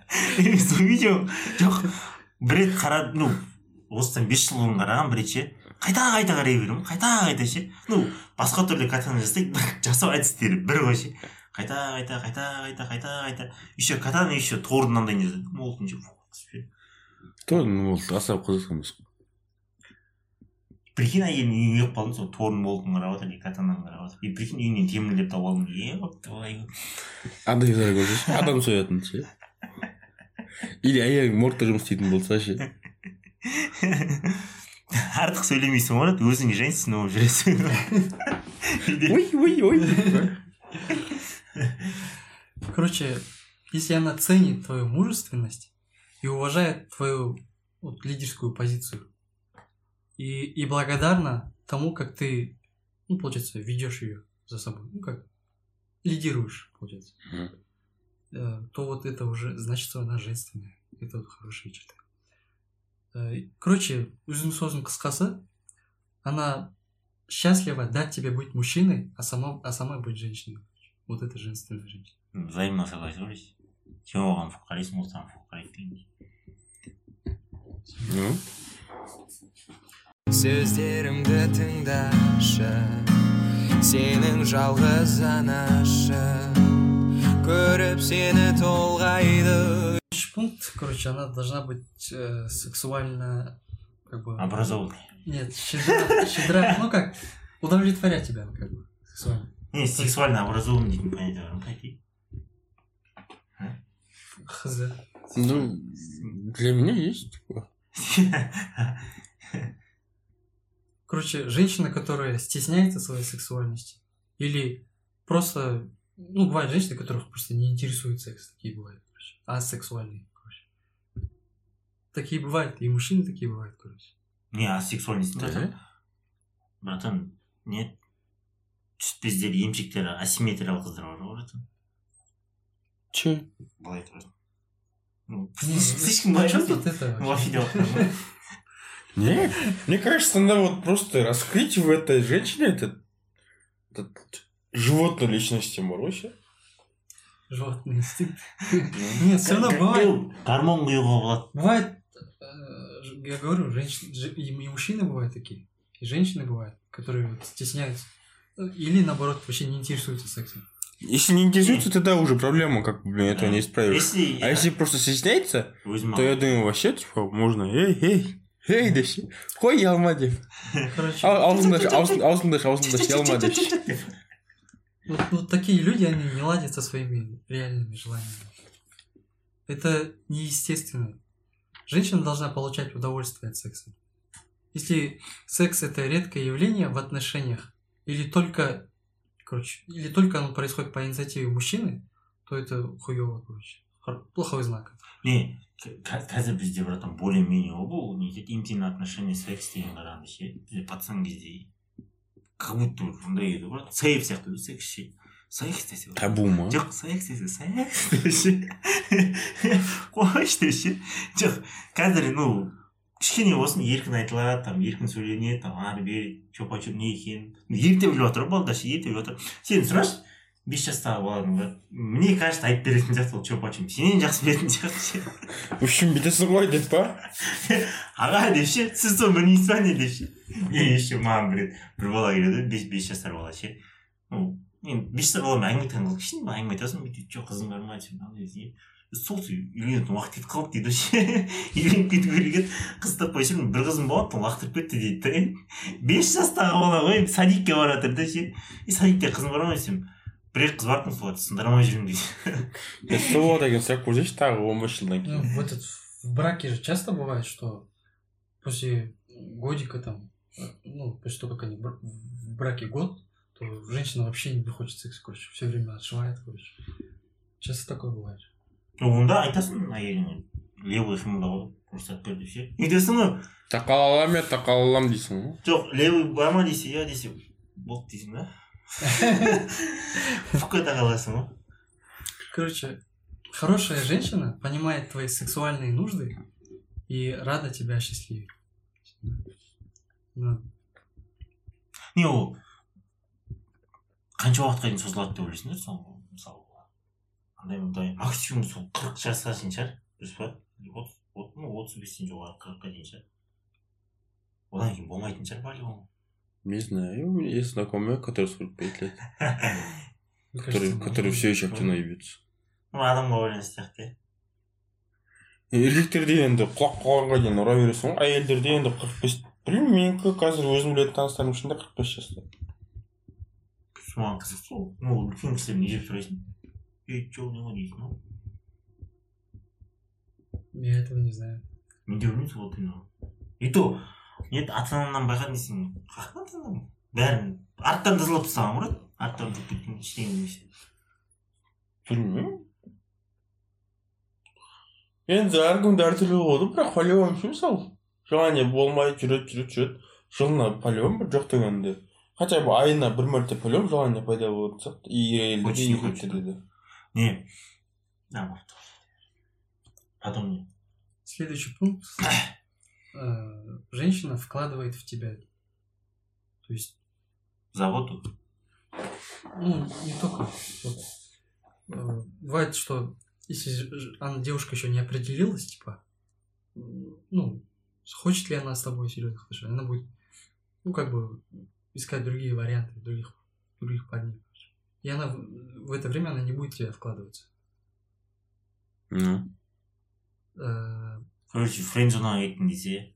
B: отырсың. Сол видео жоқ бір рет қарадым, ну осыдан бес жыл бұрын қараған бір рет ше, қайта қайта қарай беремін, қайта қайта ше. Ну, басқа түрлі катаны жасайды, жасау әдістері бір ғой ше. Қайта қайта қайта қайта қайта қайта. Еще катаны еще тордың мынандай не жасайды. Молтын ше.
C: Тордың молты аса қызық емес қой.
B: Прикинь, әйелім үйіне келіп қалдым, сол тордың молтын қарап отыр, катананы қарап отыр. И прикинь, үйінен темірлеп тауып алдым. Е, қойып
C: Андайлар көрсеші, адам соятын ше. Или әйелің мортта жұмыс істейтін болса ше.
B: Артық сөйлемейсің ғой, өзің женщина болып жүресің.
C: Ой, ой, ой.
D: Короче, если она ценит твою мужественность и уважает твою вот, лидерскую позицию и, и благодарна тому, как ты, ну, получается, ведешь ее за собой, ну, как лидируешь, получается, mm. то вот это уже значит, что она женственная. Это вот хорошие черты. Короче, өзінің сөзінің қысқасы, она счастлива дать тебе быть мужчиной, а сама, а сама быть женщиной. Вот это женственная женщина.
B: Взаимно согласились. Сен оған фуқ қарайсың, ол саған фуқ қарайды дейміз.
A: Сөздерімді тыңдашы, сенің жалғыз анашы, көріп сені толғайды.
D: Пункт, короче, она должна быть э, сексуально, как бы...
B: Образованной.
D: Нет, щедра, щедра, ну как, удовлетворять тебя, как бы, сексуально.
B: Не, сексуально образованный дейтін понятие бар, какие?
D: Хз.
C: Ну, для меня есть.
D: Короче, женщина, которая стесняется своей сексуальности, или просто, ну, бывают женщины, которых просто не интересует секс, такие бывают, короче, асексуальные, короче. Такие бывают, и мужчины такие бывают, короче.
B: Не, асексуальность.
C: Да?
B: Братан, нет. Түспездер, емшектер, асимметриялық қыздар бар ғой, братан.
C: Че?
B: Былай тұрады. Ну,
D: Не,
B: слишком
D: ну,
B: большой.
D: что тут это
B: Вообще
D: вообще?
B: дело.
C: Не, мне кажется, надо вот просто раскрыть в этой женщине этот, этот животную личность Маруси.
D: Животный инстинкт. Нет, все равно бывает.
B: Гормон құюға болады.
D: Бывает, э, я говорю, женщины, и мужчины бывают такие, и женщины бывают, которые вот стесняются. Или, наоборот, вообще не интересуются сексом.
C: Если не интересуется, тогда уже проблема, как бы этого не исправишь.
B: Если...
C: А если просто стесняется,
B: Өзім
C: то я думаю, вообще, типа, можно, эй, эй, эй, деші, қой ялма деп.
D: Короче,
C: Аузыңды аш, аузыңды аш, аузыңды аш, ялма деші.
D: вот, вот такие люди, они не ладят со своими реальными желаниями. Это неестественно. Женщина должна получать удовольствие от секса. Если секс это редкое явление в отношениях, или только, короче, или только оно происходит по инициативе мужчины, то это хуёво, короче. Плохой знак.
B: Не, қазір бізде, братан, более-менее ол не етеді, интимный отношение секс деген қарағанда ше, бізде пацан кезде как будто ондай еді, брат, сайып сияқты секс ше, секс десе
C: Табу ма?
B: жоқ, секс десе секс десе қойшы десе жоқ, қазір, ну, кішкене болсын еркін айтылады, там еркін сөйленеді, там ары бері чопа-чоп не екен, ерте біліп отыр, балдар ше, ерте біліп отыр. Сен сұрашы, бес жастағы баладың, брат, мне кажется, айтып беретін сияқты ол чопа-чоп, сенен жақсы білетін сияқты.
C: В общем, бүйтесің ғой деп па?
B: Аға деп ше, сіз соны білмейсіз ба не деп ше. Мен еще маған бір бір бала келеді, бес жасар бала ше. Ну, мен бес жасар баламен әңгіме айтқан қылық ше, әңгіме айтасың, бүйтіп жоқ қызың бар ма деп, сол үйленетін уақыт кетіп қалды дейді ше. Үйленіп кету керек еді, қыз таппай жүрмін, бір қызым болады, лақтырып кетті дейді да. Бес жастағы бала ғой, садикке бара жатыр да ше. И садикте қызың бар ма десем, бір қыз бардым, соларды сындырамай жүрмін дейді.
C: Сол деген сұрақ көрсеші тағы он бес жылдан кейін.
D: Ну, в этот в браке же часто бывает, что после годика там, ну, после того, как они в браке год, то женщина вообще не хочет секса, короче, все время отшивает, короче. Часто такое бывает.
B: Ну, онда айтасың әйеліңе, левый қимылдауға рұқсат бер деп ше. Өйтесің ғой,
C: Тақал алам, я тақал алам дейсің ғой.
B: жоқ, левый бар ма десе, я десе, болды дейсің да. Фука тағаласың ғой.
D: Короче, хорошая женщина понимает твои сексуальные нужды и рада тебя счастливить. Ну,
B: Не ол, қанша уақытқа дейін созылады деп ойлайсыңдар, сол мысалы. Андай мындай максимум сол қырық жасқа дейін шығар, дұрыс па? Ну, отыз бестен жоғары қырыққа дейін шығар. одан кейін болмайтын шығар по-любому.
C: Не знаю, у меня есть знакомые, которые сорок пять лет. Которые, которые все еще активно ебются.
B: Ну, адамға байланысты сияқты.
C: Еркектерде енді құлақ қоғанға дейін ұра бересің ғой, әйелдерде енді қырық бес. Білмеймін, менікі қазір өзім білетін таныстарым ішінде қырық бес жаста.
B: Маған қызық сол. Ну, үлкен кісілер не жеп сұрайсың? Ей, чё, не ғой дейсің, ну?
D: Я этого не знаю.
B: Мен де білмеймін сол қиын. И то, нет, ата-анамнан байқадың дейсің. Қаққан ата-анам? Бәрін арттан тызылып тастаған ғой, арттан тұрып кеткен ештеңе емес.
C: Білмеймін. Енді әркімде әртүрлі болды, бірақ по-любому ше мысалы. Желание болмай жүреді, жүреді, жүреді. Жылына по-любому бір жоқ дегенде. Хотя бы айына бір мәрте по-любому желание пайда болады сияқты. И әйелдерде, и еркектерде де.
B: Не. Да, вот. Потом не.
D: Следующий пункт. Э, женщина вкладывает в тебя. То есть...
B: Заботу?
D: Ну, не только. Вот. Э, бывает, что если ж- она, девушка еще не определилась, типа, м, ну, хочет ли она с тобой серьезных отношений, она будет, ну, как бы, искать другие варианты, других, других парней. И она в, в это время она не будет в тебя вкладываться.
C: Ну.
D: Э,
B: Короче, френдзонаға кеттің десе.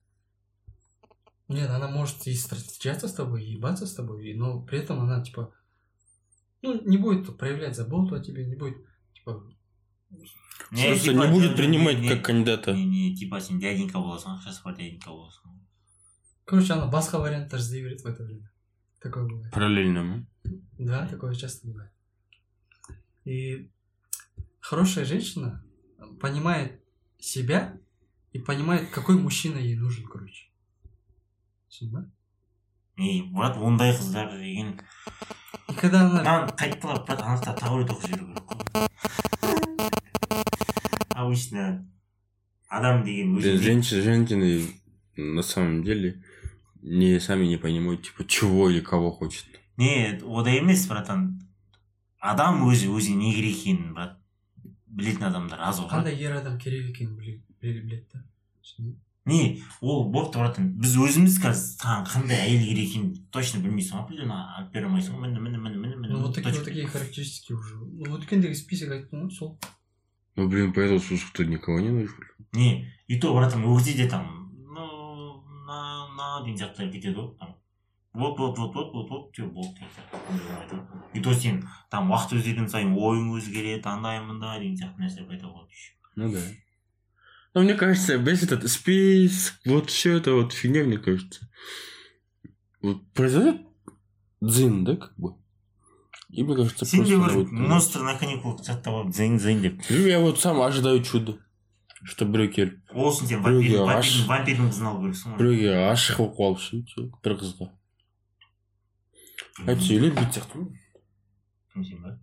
D: Нет, она может и встречаться с тобой, и ебаться с тобой, и- но при этом она, типа, ну, не будет проявлять заботу о тебе, не будет, типа,
C: Просто не будет принимать как кандидата.
B: Не, не, типа сен дяденька боласың, ақшасы бар дяденька боласың.
D: короче, она басқа варианттар іздей береді в это время. Такое бывает.
C: Параллельно, ма?
D: Да, такое часто бывает. И хорошая женщина понимает себя и понимает, какой мужчина ей нужен, короче. Түсіндің ба?
B: Не, брат, ондай қыздар деген.
D: И когда она...
B: Маған қайталап, брат, анақта таблет оқып жіберу керек қой. Обычно адам деген
C: Да,
B: өзі...
C: Женщины, женщины на самом деле не сами не понимают, типа, чего или кого хочет.
B: Не, ода емес, братан. Адам өзі, өзі не керек екенін, брат, білетін адамдар аз ғой.
D: Қандай ер адам керек екенін біле- біле- біледі да. Түсіндің ба?
B: Не, ол бопты, братан. Біз өзіміз қазір саған қандай әйел керек екенін точно білмейсің. Определенно алып бере алмайсың. Міне, міне, міне, міне, міне.
D: Ну, вот такие, вот
B: точка.
D: такие характеристики уже. Ну, вот өткендегі список айттың ғой, сол.
C: Ну, блин, по этому списку никого не нужно.
B: Не, и то, братан, ол кезде де там, ну, на, на деген сияқтар кетеді ғой. Там, вот, вот, вот, вот, вот, вот, все, болды деген сияқты. И то сен там уақыт өзгерген сайын ойың өзгереді, андай мындай деген сияқты нәрсе пайда болады.
C: Ну да. Но мне кажется, весь этот список, вот все это вот фигня, мне кажется, вот произойдет дзин, да, как бы. И мне кажется,
B: Сен де
C: просто...
B: бір
C: вот-
B: монстр на каникулах жаттап алып зың-зың деп.
C: Ну, я вот сам ожидаю чуда, что біреу келіп,
B: Ол үшін сен
C: Біреуге
B: вампир-
C: аш-
B: вампирдің вампирдің қызын алу керексің ғой.
C: біреуге ашық болып қалып ше, че, бір қызға. Әйтпесе үйлеп бит сияқты ма?
B: Кім сен ба?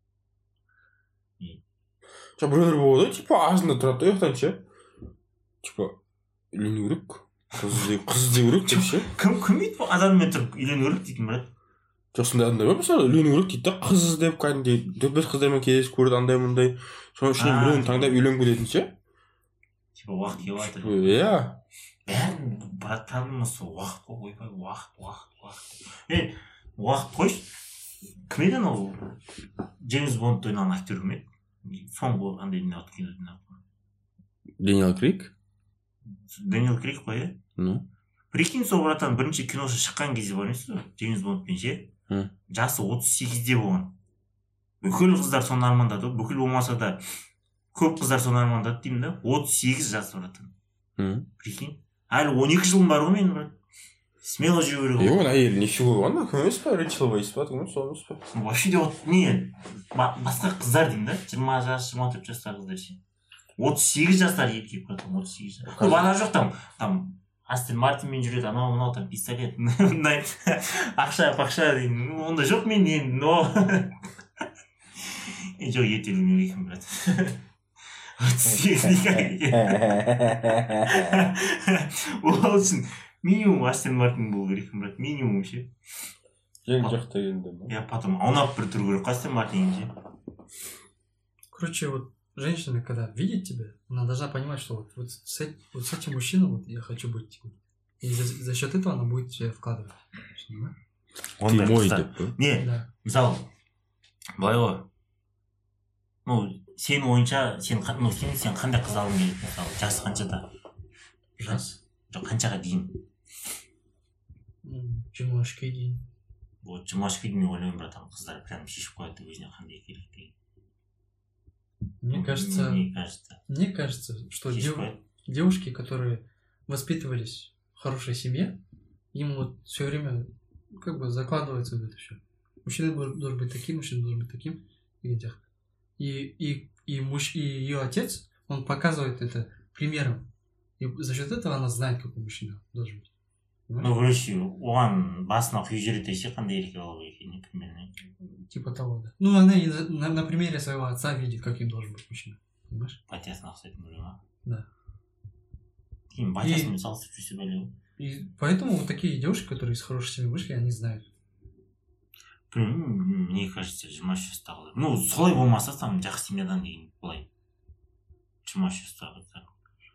C: Жоқ, біреулер болады, типа, азында тұрады да, ұйықтан ше. Типа, үйлену керек, қыз іздеу қыз іздеу керек деп ше.
B: Кім кім дейді бұл адаммен тұрып үйлену керек дейтін брат?
C: Жоқ, сондай адамдар бар, мысалы, үйлену керек дейді да, қыз іздеп кәдімгідей төрт бес қыздармен кездесіп көреді, андай мындай. Соның ішінен
B: А.
C: біреуін таңдап үйленгім келетін ше.
B: Типа уақыт келіп жатыр.
C: Иә.
B: Бәрін брат проблемасы сол уақыт қой, ойбай уақыт уақыт уақыт. Е, уақыт қойшы. Кім еді анау Джеймс Бонд ойнаған актер кім еді? Соңғы андай не алып кинодан алып.
C: Дэниел Крейг?
B: Дэниел Крейг қой, иә?
C: Ну.
B: Прикинь, сол братан бірінші киносы шыққан кезде бар емес пе? Джеймс Бондпен ше.
C: Hı.
B: Жасы отыз сегізде болған. Бүкіл қыздар соны армандады, бүкіл болмаса да көп қыздар соны армандады деймін да. отыз сегіз жасы братан.
C: Hı.
B: Прикинь. Әлі он екі жылым бар ғой менің, брат. Смело жүре беру
C: И
B: ғой.
C: он әйелі ничего болған да, кім емес па, Рэйчел Вайс па, кім емес, сол емес па.
B: Вообще де вот не ба- басқа қыздар деймін да. жиырма жас, жиырма төрт жастағы қыздар ше. отыз сегіз жастар еркек братан, отыз сегіз жас. Көп ана жоқ там, там Астон Мартинмен жүреді, анау мынау там пистолет, мындай ақша пақша деймін. Ну, ондай жоқ мен енді, но е жоқ ертелі екенмін, брат. отыз сегіз никак. Ол үшін минимум Астон Мартин болу керек, брат, минимум ше.
C: Жең жоқ дегенде ма?
B: Я потом аунап бір тұру керек Астон Мартин ше.
D: Короче, вот женщина, когда видит тебя, она должна понимать, что вот, вот, с, эт- вот с этим мужчиной вот я хочу быть. Типа. И за, за счет этого она будет тебе вкладывать. Понимаешь?
B: Ондай
C: мой
B: қыздар.
C: деп пе?
B: Не,
D: Да.
B: мысалы былай ғой, ну сенің ойынша сен қа- ну сен сен қандай қыз алғың келеді, мысалы жасы қаншада?
D: Жас.
B: жоқ қаншаға дейін?
D: М, жиырма үшке дейін.
B: вот жиырма үшке дейін мен ойлаймын, братан, қыздар прям шешіп қояды өзіне қандай керек деген.
D: Мне кажется,
B: мне кажется
D: мне кажется, что
B: шешіп
D: дев-
B: қояды.
D: девушки, которые воспитывались в хорошей семье, им вот все время как бы закладывается в это все. Мужчина дол- должен быть таким, мужчина должен быть таким. И, этих. и, и, и, муж, и ее отец, он показывает это примером. И за счет этого она знает, какой мужчина должен быть. Понимаешь?
B: ну короче оған басына құйып жібереді десе қандай еркек алу керек екенін примерно.
D: Типа того, да. Ну, она и на, на- на примере своего отца видит, каким должен быть мужчина. Понимаешь?
B: батясына ұқсайтын біреу ма?
D: Да.
B: кейін батясымен салыстырып жүрсе бәле ғой.
D: И поэтому вот такие девушки, которые из хорошей семьи вышли, они знают.
B: білмеймін, мне кажется жиырма үш жастағылар, ну солай болмаса там жақсы семьядан деген былай жиырма үш жастағы қыздар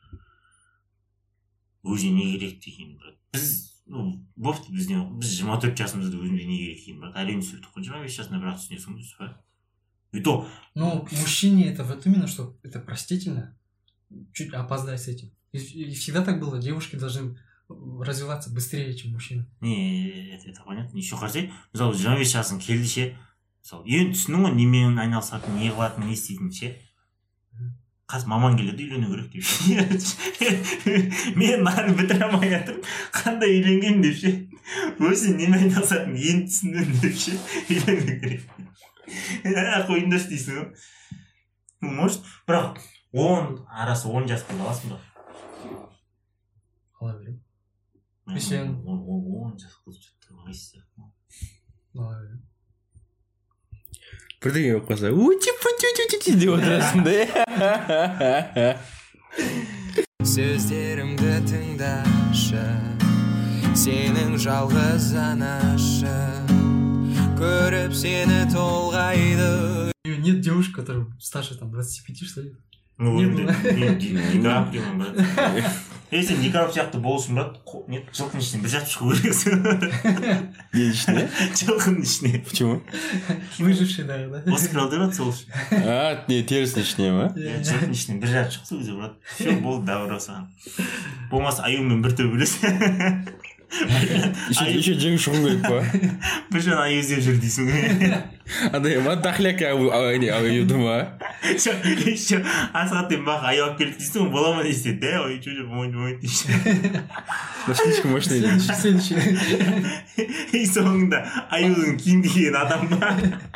B: өзіне не керек деген, брат. Біз ну бопты біз не біз жиырма төрт жасымызда өзімізге не керек деген, брат. Әлем сүрдік қой, жиырма бес жасында бірақ түсінесің дұрыс па? И то
D: Но мужчине это вот именно, что это простительно. Чуть опоздай с этим. И, и всегда так было. Девушки должны развиваться быстрее, чем мужчина.
B: не это это понятно. Еще қарасай, мысалы жиырма бес жасың келді ше, мысалы енді түсінің ғой немен айналысатынын, не қылатынын, не істейтінін ше. қазір маман келеді үйлену керек деп ше. мен мынаны бітіре алмай жатырмын, қандай үйленген деп ше. өзі немен айналысатынын енді түсіндім деп ше. үйлену керек. ақ ойында істейсің ғой. ну может бірақ он арасы он жас бола аласың ба?
D: Ала берем. Если он-
B: он жас қыз что-то ыңғайсыз сияқты.
D: Ала берем.
C: Бірдеңе болып қалса ути-пути-ти-ти деп отырасың да.
A: сөздерімді тыңдашы, сенің жалғыз анашың, көріп сені толғайды.
D: У неё нет девушки, которая старше там двадцати пяти, что ли?
B: ну
D: Не
B: енді
D: было.
B: мен никарап деймін, брат. ей сен никарап сияқты болсын, брат, қо- не жылқының ішінен бір жатып шығу керексің.
C: Не ішіне?
B: жылқының ішіне.
C: Почему?
D: Выживший, да, да.
B: осы кралды, брат, сол үшін.
C: А, не, терісінің ішіне ма?
B: иә жылқының ішінен бір жатып шықса өзі, брат, все болды, дәуір саған. болмаса аюмен бір төбелес.
C: Еще, еще жең шығын керек па?
B: бір жан аю іздеп жүр дейсің ғой.
C: Андай ма, дахляк аюды ма?
B: еще асхаттен бақ аю алып келді дейсің ғой, бола ма дейсің, да ой че же болмайды болмайды дейсің.
C: На слишком мощный.
D: Следующий, следующий.
B: и соңында аюдың киім киген адам ба?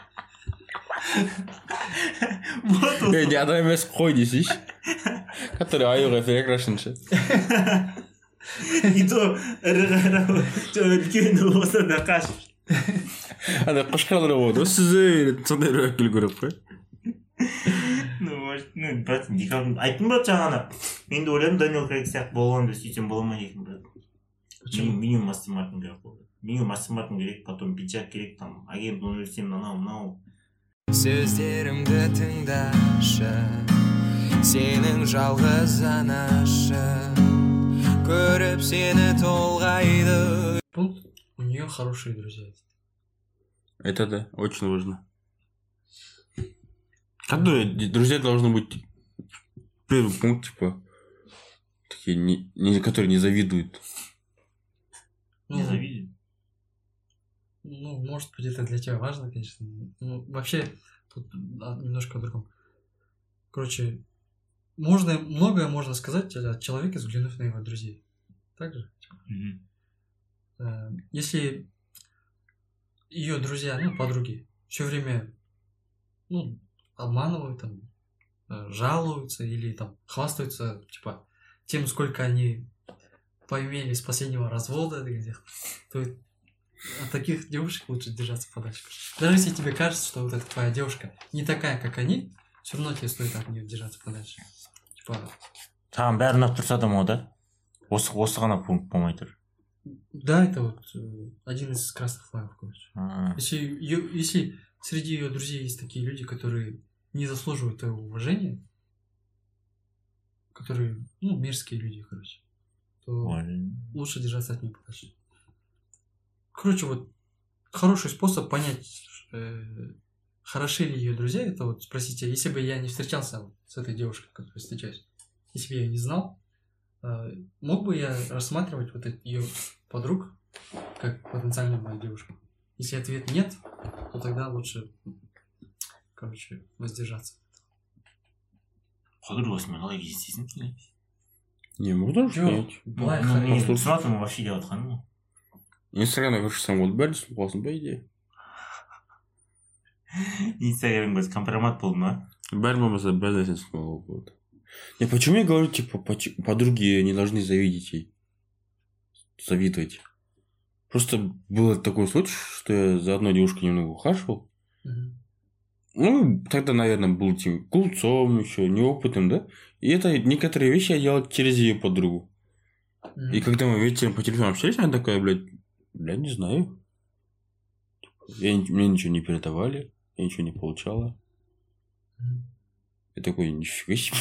B: вот
C: Ей,
B: осы.
C: не адам емес қой дейсейші. Который аюға перекрашенші.
B: и то ірі қара үлкен болса да қашып.
C: Андай қошқарлар болады ғой, сүзе сондай рөлік келу керек қой.
B: ну может, ну брат, айттым брат жаңағыда. мен де ойладым Данил Крейг сияқты болғанды сөйтсем бола ма екен, брат. Мен минимум Астон Мартин керек болды. Минимум Астон Мартин керек, потом пиджак керек, там агент университет мынау мынау.
A: сөздерімді тыңдашы, сенің жалғыз анашың, көріп сені толғайды.
D: Пункт. У нее хорошие друзья.
C: Это да, очень важно. Которые друзья должны быть первый пункт, типа, такие, не, не, которые не завидуют.
D: Ну,
B: Не завидит.
D: Ну, может быть, это для тебя важно, конечно. Ну, вообще, тут а, немножко о другом. Короче, можно, многое можно сказать о человеке, взглянув на его друзей. Так же? Э, Если ее друзья, ну, подруги, все время, ну, обманывают, там, э, жалуются или там хвастаются, типа, тем, сколько они поимели с последнего развода, где, то от таких девушек лучше держаться подальше. Даже если тебе кажется, что вот эта твоя девушка не такая, как они, все равно тебе стоит от нее держаться подальше. Типа,
B: Саған бәрі ұнап тұрса да ма да? Осы осы ғана пункт болмай тұр.
D: да, это вот э, один из красных флагов, короче.
B: А,
D: Если, её- если среди ее друзей есть такие люди, которые не заслуживают твоего уважения, которые, ну, мерзкие люди, короче, то
B: Ой.
D: лучше держаться от нее подальше. Короче, вот хороший способ понять, э, хороши ли ее друзья, это вот спросите, если бы я не встречался вот с этой девушкой, которой встречаюсь, если бы я ее не знал, э, мог бы я рассматривать вот ее подруг как потенциальную мою девушку? Если ответ нет, то тогда лучше, короче, воздержаться.
B: подругасымен қалай кездесесің тілеймін.
C: Не, можно же
D: Жоқ,
C: понять.
D: былай
B: Ну,
D: қарай.
B: мен түсініп жатырмын вообще деп жатқаным ғой.
C: Инстаграмда көрсетсең болды, бәрі түсініп қаласың, по идее.
B: Инстаграм көз компромат болды ма?
C: Бәрі болмаса бір нәрсені түсініп алуға болады. Не, почему я говорю, типа, поч- подруги не должны завидеть ей? Завидовать. Просто был такой случай, что я за одной девушкой немного ухаживал.
D: Мгм.
C: Ну, тогда, наверное, был тем кулцом еще, неопытным, да? И это некоторые вещи я делал через ее подругу.
D: Мгм.
C: И когда мы вечером по телефону общались, она такая, блядь, блядь, не знаю. Я, ни- мне ничего не передавали, я ничего не получала.
D: Мгм.
C: Я такой, нифига себе.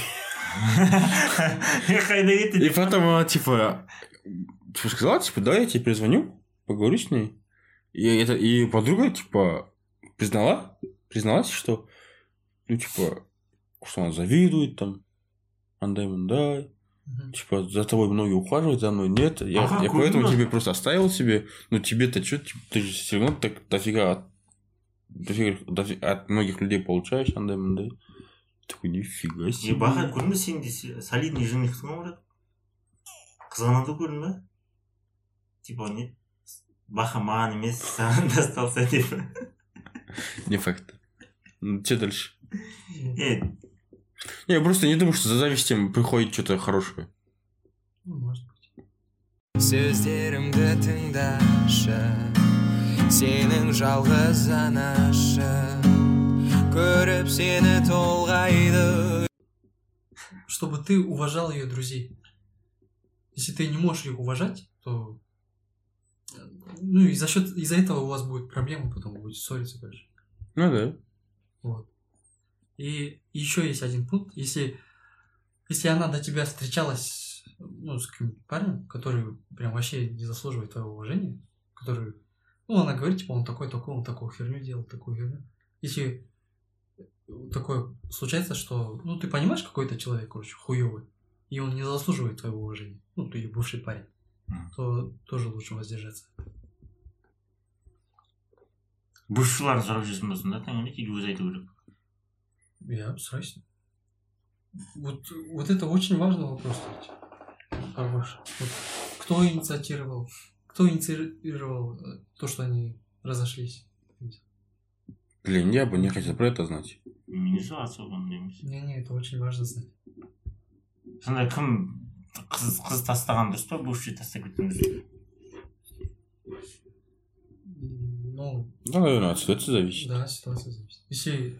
B: Я қайда кетті
C: И
B: деп.
C: потом она, типа, типа, сказала, типа, да, я тебе перезвоню, поговорю с ней. И, это, и подруга, типа, признала, призналась, что, ну, типа, что она завидует, там, андай-мандай.
D: Мгм.
C: Типа, за тобой многие ухаживают, за мной нет. Я,
B: Ага,
C: я поэтому
B: круто.
C: тебе просто оставил себе. Ну, тебе-то что, ты же все равно так дофига от, дофига, дофи- от многих людей получаешь, андай-мандай. Такой, нифига
B: Е,
C: себе.
B: бақыт көрдің бе сен де се- солидный женихсің ғой брат. Қызғанады көрдің бе? Типа не баха маған емес саған достался деп.
C: Не факт. Ну, что дальше?
B: Е,
C: Не, я просто не думаю, что за завистью приходит что-то хорошее.
D: Ну, может быть.
A: сөздерімді тыңдашы сенің жалғыз анашың көріп сені толғайды.
D: Чтобы ты уважал ее друзей. Если ты не можешь их уважать, то э, ну и за счет из-за этого у вас будет проблема, потом вы будете ссориться, короче.
C: Ну да.
D: Вот. И еще есть один пункт. Если, если она до тебя встречалась, ну, с каким-нибудь парнем, который прям вообще не заслуживает твоего уважения, который, ну, она говорит, типа, он такой, такой, он такую херню делал, такую херню. Если такое случается, что, ну, ты понимаешь, какой это человек, короче, хуёвый, и он не заслуживает твоего уважения, ну, ты бывший парень,
B: Мгм.
D: то тоже лучше воздержаться.
B: бұрышшылар сұрап жүрсің ба сонда таңертең или өзі айту керек?
D: Я срайся. Вот, вот это очень важный вопрос, кстати. Хороший. Вот кто инициировал, кто инициировал э, то, что они разошлись?
C: Блин, я бы не хотел про это знать.
B: Мен не сұрасып ондай емес.
D: Не-не, это очень важно знать.
B: Сонда кім қыз қыз тастаған дұрыс па бывший тастап кеткен дұрыс па?
D: М, Ну,
C: Да, наверное, от ситуации зависит.
D: да, ситуация зависит. Если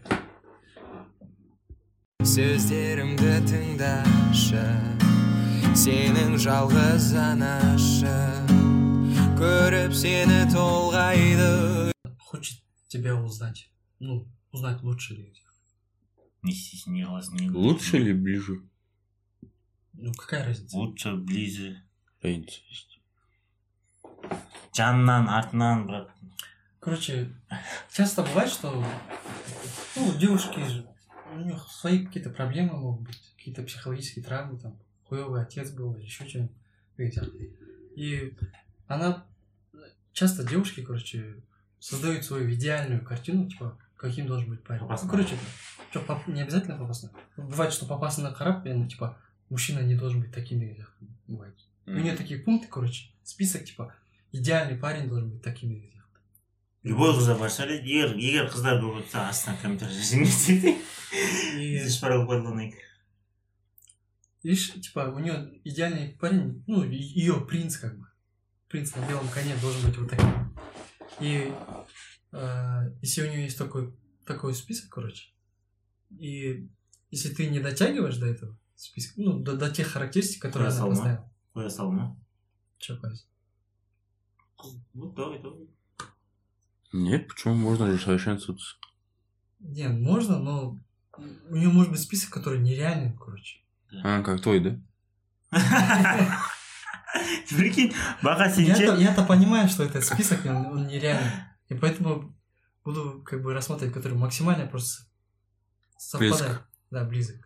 A: сөздерімді тыңдашы сенің жалғыз анашың көріп сені толғайды.
D: хочет тебя узнать, ну, узнать лучше ли.
B: Не істейсің не қыласың не
C: Лучше или ближе?
D: Ну, какая разница?
B: лучше ближе
C: Разница есть.
B: жанынан артынан брат.
D: Короче, часто бывает, что ну, девушки же, у них свои какие-то проблемы могут быть, какие-то психологические травмы, там, хуёвый отец был или еще что-нибудь. Видите? И она, часто девушки, короче, создают свою идеальную картину, типа, каким должен быть парень.
B: Попасный.
D: Ну, короче, что, поп- не обязательно попасный. Бывает, что попасный на караб, ну, типа, мужчина не должен быть таким, или бывает. У нее такие пункты, короче, список, типа, идеальный парень должен быть таким, или
B: любой қыздар бар шығар егер егер қыздар болып жатса астына комментарий жазыңыз
D: И-
B: десең шпарал пайдаланайық.
D: Видишь, типа, у нее идеальный парень, ну, ее принц, как бы. Принц на белом коне должен быть вот таким. И э, если у нее есть такой, такой список, короче, и если ты не дотягиваешь до этого списка, ну, до, до тех характеристик, которые она
B: Красава.
D: поставила,
B: қоя сал ма?
D: что пояс?
B: Вот давай давай.
C: Нет, почему? Можно же совершенствоваться.
D: Не, можно, но у нее может быть список, который нереальный, короче.
C: А, как твой, да?
B: Прикинь, баға
D: Я-то,
B: сенче.
D: я-то понимаю, что этот список, он, он нереальный. И поэтому буду как бы рассматривать, который максимально просто совпадает.
C: Близко.
D: Да, близок.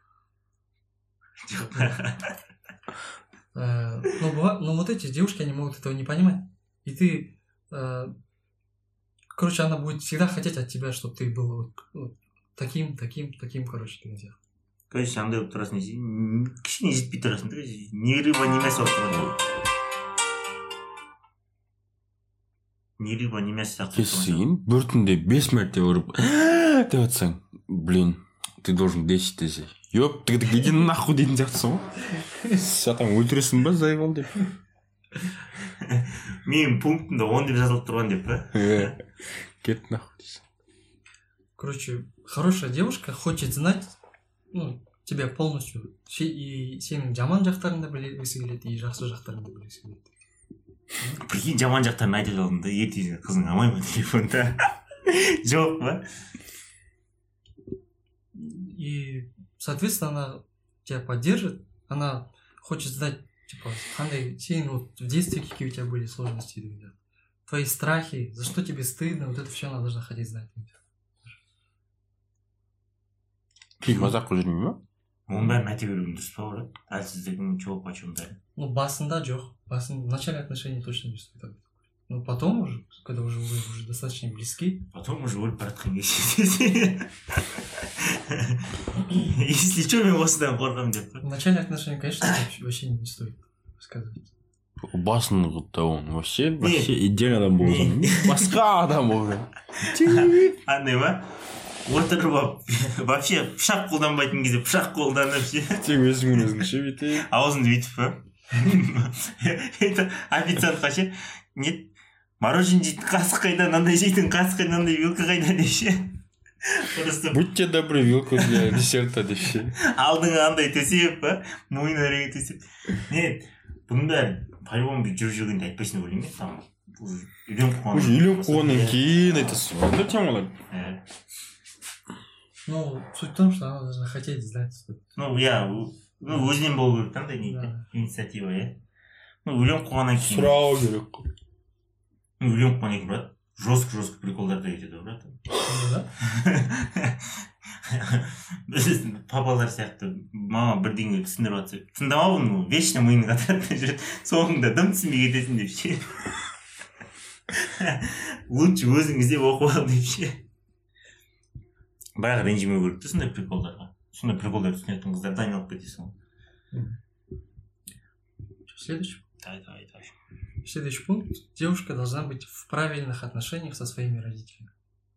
D: Э, Но, быва- но вот эти девушки, они могут этого не понимать. И ты... э, Короче, она будет всегда хотеть от тебя, чтобы ты был вот, вот таким, таким, таким, короче, деген сияқты.
B: Короче, андай болып тұрасың десе, кішкене жетпей тұрасың да, не рыба, не мясо болып тұрады. Не рыба, не мясо сияқты болып тұрады.
C: Кесейін, бір түнде бес мәрте ұрып деп атсаң, блин, ты должен десять десе. Ёп, ты иди нахуй дейтін сияқтысың ғой. Сатан өлтіресің ба, заебал деп.
B: Менің пунктымда он деп жазылып тұрған деп па?
C: Кет нахуй дейсің.
D: Короче, хорошая девушка хочет знать, ну, тебя полностью. Се- И сенің жаман жақтарыңды білгісі келеді, и жақсы жақтарыңды білгісі келеді.
B: Прикинь, жаман жақтарын айтып алдым да, ертең қызың алмай ма телефонда? Жоқ па?
D: И, соответственно, она тебя поддержит, она хочет знать, типа, қандай, сен вот в детстве какие у тебя были сложности, деген сияқты. Твои страхи, за что тебе стыдно, вот это все она должна хотеть знать.
C: Кейін мазақ қылып жүрмей ма?
B: Оның бәрін айта беруім дұрыс па брат? Әлсіздігім чего почем да.
D: Ну, басында жоқ. Басында, в начале отношений точно не стоит об этом. Но потом уже, когда уже вы уже достаточно близки,
B: Потом уже өліп бара жатқан кезде. Если что, мен осыдан қорқамын деп.
D: в начале отношений, конечно, вообще- вообще не стоит рассказывать.
C: Басында он вообще, вообще идеальный адам болған.
B: Не.
C: Басқа адам болған.
B: Андай ма? Отырып алып, вообще пышақ қолданбайтын кезде пышақ қолданып ше.
C: Тек өзіңмен өзің ше бүйтіп.
B: Аузыңды бүйтіп па? Это официантқа ше. Нет, мороженое жейтін қасық қайда, мынандай жейтін қасық қайда, мынандай вилка қайда деп ше. Просто
C: Будьте добры, вилку для десерта деп ше.
B: алдыңа андай төсеп па, мойнына әрең төсеп. Не, бұның бәрі по-любому бүйтіп жүріп жүргенде айтпайсың деп ойлаймын мен. Там уже үйленіп қойған.
C: Уже үйленіп қойғаннан кейін айтасың. Ондай темалар.
B: Э,
D: Ну, суть в том, что она должна хотеть знать. что-
B: Ну, я, ну, өзінен болу керек қандай не
D: Да.
B: инициатива, иә. Ну, үйленіп қойғаннан кейін.
C: Сұрау керек қой.
B: Ну, үйленіп қойғаннан кейін, брат, жестко-жестко приколдарды айтады, брат.
D: Ну, да?
B: Білесің, папалар сияқты мама бірдеңе түсіндіріп жатса, тыңдамауын, ну, вечно миыңды қатыратын жүреді, соңында дым түсінбей кетесің деп ше. Лучше өзің іздеп оқып ал деп ше. Баяғы ренжімеу керек те сондай приколдарға. Сондай приколдар түсінетін қыздарды айналып кетесің.
D: Следующий.
B: Давай, давай, давай.
D: Следующий пункт. Девушка должна быть в правильных отношениях со своими родителями.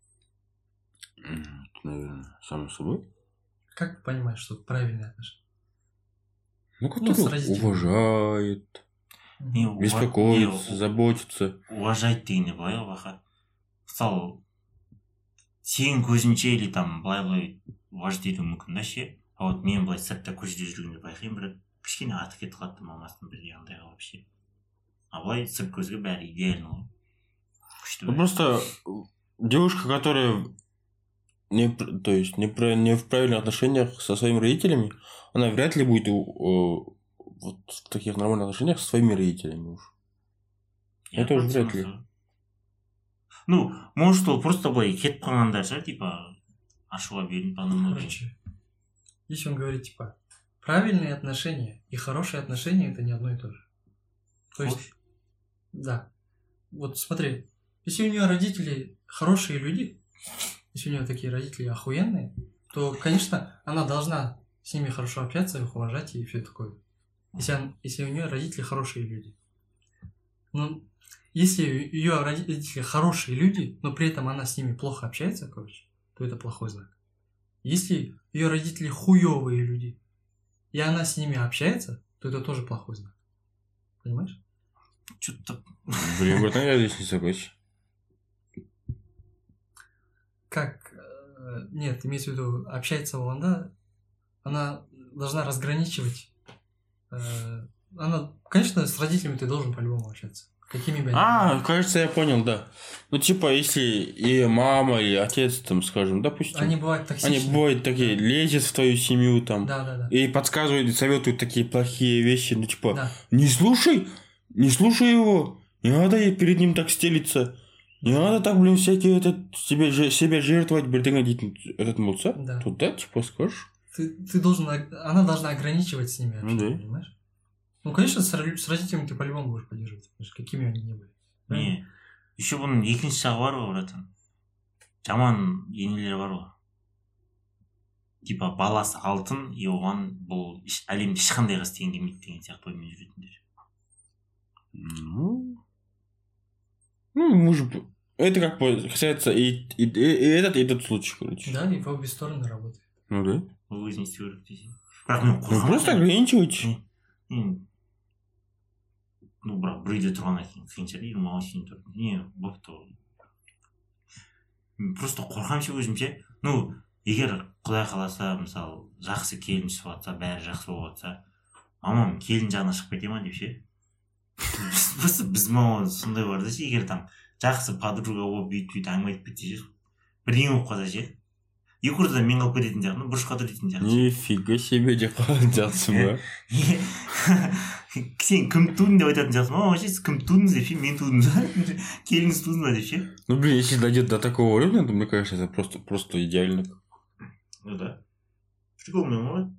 C: М, Наверное, само собой.
D: Как ты понимаешь, что правильные отношения?
C: Ну,
D: с
C: который
D: родителями.
C: уважает,
B: Не, ува-
C: беспокоится,
B: не,
C: заботится.
B: уважать дегенде былай ғой баха. Мысалы, сенің көзінше или там былай-былай уважать етуі мүмкін да ше. А вот мен былай сыртта көшеде жүргенде байқаймын, бір кішкене аты кетіп қалыпты мамасының бірге андайға вообще. А былай сырт көзге бәрі идеально ғой. Күшті
C: Ну,
B: бәрі.
C: просто девушка, которая не, пр- то есть не, про- не в правильных отношениях со своими родителями, она вряд ли будет э, вот в таких нормальных отношениях со своими родителями уж.
B: Я
C: это уже
B: просто
C: вряд ли.
B: мысалы. Ну, может ол просто былай кетіп қалғандар шығар, типа ашуға берініп анау
D: Короче, если он говорит, типа, правильные отношения и хорошие отношения — это не одно и то же. То есть, да. Вот смотри, если у нее родители хорошие люди, если у нее такие родители охуенные, то, конечно, она должна с ними хорошо общаться, их уважать и все такое. Если, он- если у нее родители хорошие люди. Но если ее родители хорошие люди, но при этом она с ними плохо общается, короче, то это плохой знак. Если ее родители хуевые люди, и она с ними общается, то это тоже плохой знак. Понимаешь?
B: Что-то
C: Блин, братан, я здесь не согласен.
D: Как? э, Нет, имеется в виду, общается Оланда, она должна разграничивать. э, Она, конечно, с родителями ты должен по-любому общаться. Какими бы они ни
C: А,
D: были.
C: кажется, я понял, да. Ну, типа, если и мама, и отец, там, скажем, допустим,
D: Они бывают токсичны.
C: они бывают такие, лезет в твою семью, там,
D: Да, да, да.
C: и подсказывают, и советуют такие плохие вещи, ну, типа,
D: Да.
C: не слушай, не слушай его, не надо перед ним так стелиться, не надо так, блин, всякие этот, себе, себя жертвовать, бірдеңе дейтін этот болса,
D: Да.
C: тут да, типа скажешь.
D: Ты, ты должен, она должна ограничивать с ними общение,
C: Ну да.
D: понимаешь? Ну, конечно, с, ро- с родителями ты по-любому будешь поддерживать, потому что какими они ни были.
B: Не, еще бұның екінші жағы бар ғой, братан. Жаман енелері бар ғой. Типа баласы алтын, и оған бұл еш- әлемде ешқандай қыз тең келмейді деген сияқты оймен жүретіндер.
C: Ну, ну, может быть, это как бы касается и, и, и, и этот, и этот случай, короче.
D: Да, и в обе стороны работает.
C: Ну да.
B: Ол өзіне істеу керек десең. Бірақ мен
C: Ну
B: қорқамын.
C: просто ограничивать.
B: Мен- мен- ну бірақ бір үйде тұрғаннан кейін қиын шығар, елу мал сүйін тұр. Не, бопты ғой. Мен просто қорқамын ше өзім ше. Ну, егер құдай қаласа, мысалы, жақсы келін түсіп жатса, бәрі жақсы болып жатса, мамам келін жағына шығып кете ма деп ше. Просто біз мамам сондай бар да ше, егер там жақсы подруга болып бүйтіп бүйтіп әңгіме айтып кетсе ше, бірдеңе болып қалса ше, екі ортада мен қалып кететін сияқты, бұрышқа тұратын сияқты.
C: Нифига себе деп қалған жақсы ба.
B: Сен кім тудың деп айтатын сияқтысың ба, вообще сіз кім тудыңыз деп ше, мен тудым ба, келіңіз тудың ба деп ше.
C: Ну блин, если дойдет до такого уровня, то мне кажется, это просто, просто идеально.
B: Ну да. Прикольно, может?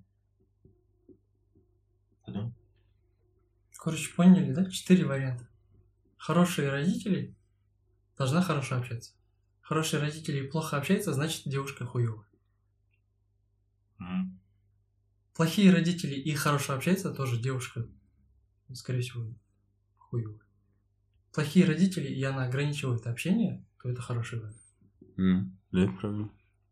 B: Куда?
D: Короче, поняли, да? Четыре варианта. Хорошие родители должна хорошо общаться. Хорошие родители плохо общаются, значит девушка хуёвая.
B: Мгм.
D: Плохие родители и хорошо общаются, тоже девушка, скорее всего, хуёвая. Плохие родители, и она ограничивает общение, то это хороший вариант.
C: М, Да, правильно.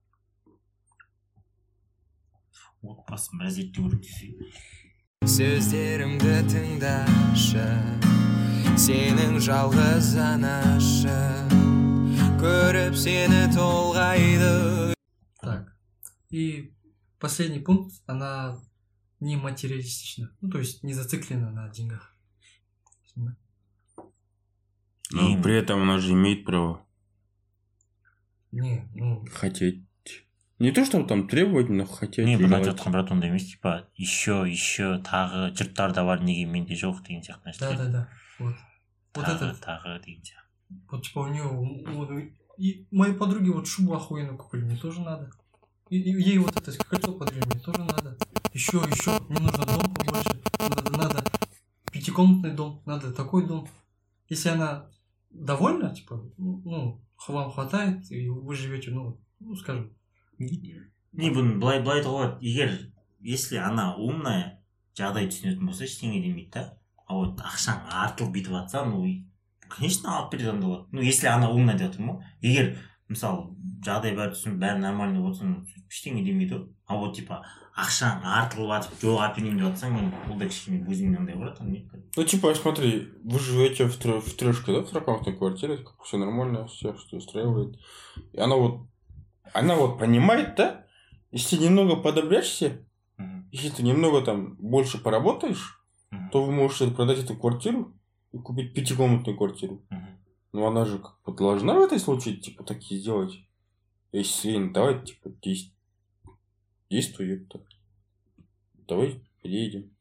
B: Отбасын біраз зерттеу керек десей.
A: сөздерімді тыңдашы, сенің жалғыз анашы, көріп сені толғайды.
D: Так. И последний пункт, она не материалистична. Ну, то есть не зациклена на деньгах.
C: Но
B: И-
C: при этом она же имеет право
D: Не, ну,
C: хотеть. Не то, чтобы там требовать, но хотеть.
B: Не,
C: и
B: бұны айтып
C: желать.
B: жатқан брат ондай емес, типа, еще, еще, тағы жұрттар да бар, неге менде жоқ деген сияқты нәрселер.
D: да-да-да. Вот. Вот
B: Тағы,
D: это,
B: тағы деген сияқты.
D: вот типа у нее, и моей подруге вот шубу охуенно купили, мне тоже надо. И, и ей вот это кольцо подарили, мне тоже надо. Еще, еще, мне нужно дом побольше, надо, надо пятикомнатный дом, надо такой дом. Если она довольна, типа, ну, вам хватает, и вы живете, ну, ну, скажем,
B: Не, бұны былай былай айтуға болады, егер если она умная, жағдай түсінетін болса ештеңе демейді да. А вот ақшаң артылып бүйтіп жатса, ну и, конечно, алып береді онда болады. Ну если она умная деп жатырмын ғой. Егер мысалы жағдай бәрі түсініп бәрі нормально болса, ну, ештеңе демейді ғой. А вот типа ақшаң артылып жатып жоқ әперейін деп жатсаң, мен ол да кішкене өзіңнен андай болады.
C: Ну, типа, смотри, вы живете в, тр- в трешке, да, в трехкомнатной квартире, как все нормально, все, что устраивает. И она вот, она вот понимает, да, если немного подобряешься, если ты немного там больше поработаешь, то вы можете продать эту квартиру и купить пятикомнатную квартиру. Но она же как бы должна в этой случае, типа, такие сделать. Если ей давай, типа, действуй. Действуй, так. Давай, переедем.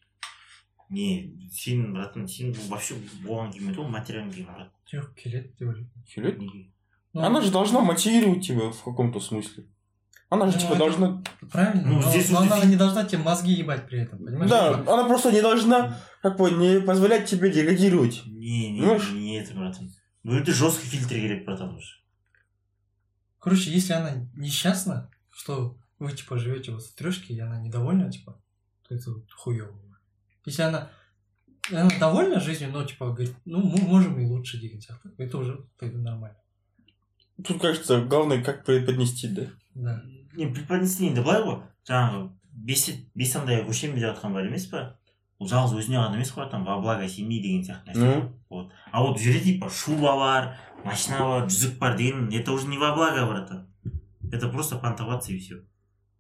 B: Не, сен, братан, сен вообще оған келмейді ғой, материалын келмейді, брат.
D: тех келет, ты говоришь.
C: Хилет?
B: Неге?
D: Ну,
C: Она же должна мотивировать тебя в каком-то смысле. Она же,
D: Ну,
C: типа,
D: это-
C: должна...
D: Правильно,
B: Ну,
D: но,
B: здесь
D: но
B: уже
D: она
B: фи-
D: не должна тебе мозги ебать при этом, понимаешь?
C: Да,
D: Типа,
C: она просто не должна, как бы, не позволять тебе делегировать.
B: Не, не,
C: Понимаешь?
B: не, не это, братан. Ну это жесткий фильтр керек, братан, уже.
D: Короче, если она несчастна, что вы, типа, живете вот в трешке, и она недовольна, типа, то это вот хуёво. Если она, она довольна жизнью, но, типа, говорит, ну, мы можем и лучше делать, это уже тогда нормально.
C: Тут, кажется, главное, как преподнести, да?
D: Да.
B: Не, преподнести енді былай ғой, жаңағы бес бес андай көшемін деп жатқан бар емес па, ол жалғыз өзіне ғана емес қой, там во благо семьи деген сияқты нәрсе.
C: Ну,
B: Вот. А вот бұл жерде типа шуба бар, машина бар, жүзік бар деген, это уже не во благо, братан. Это просто понтоваться и все.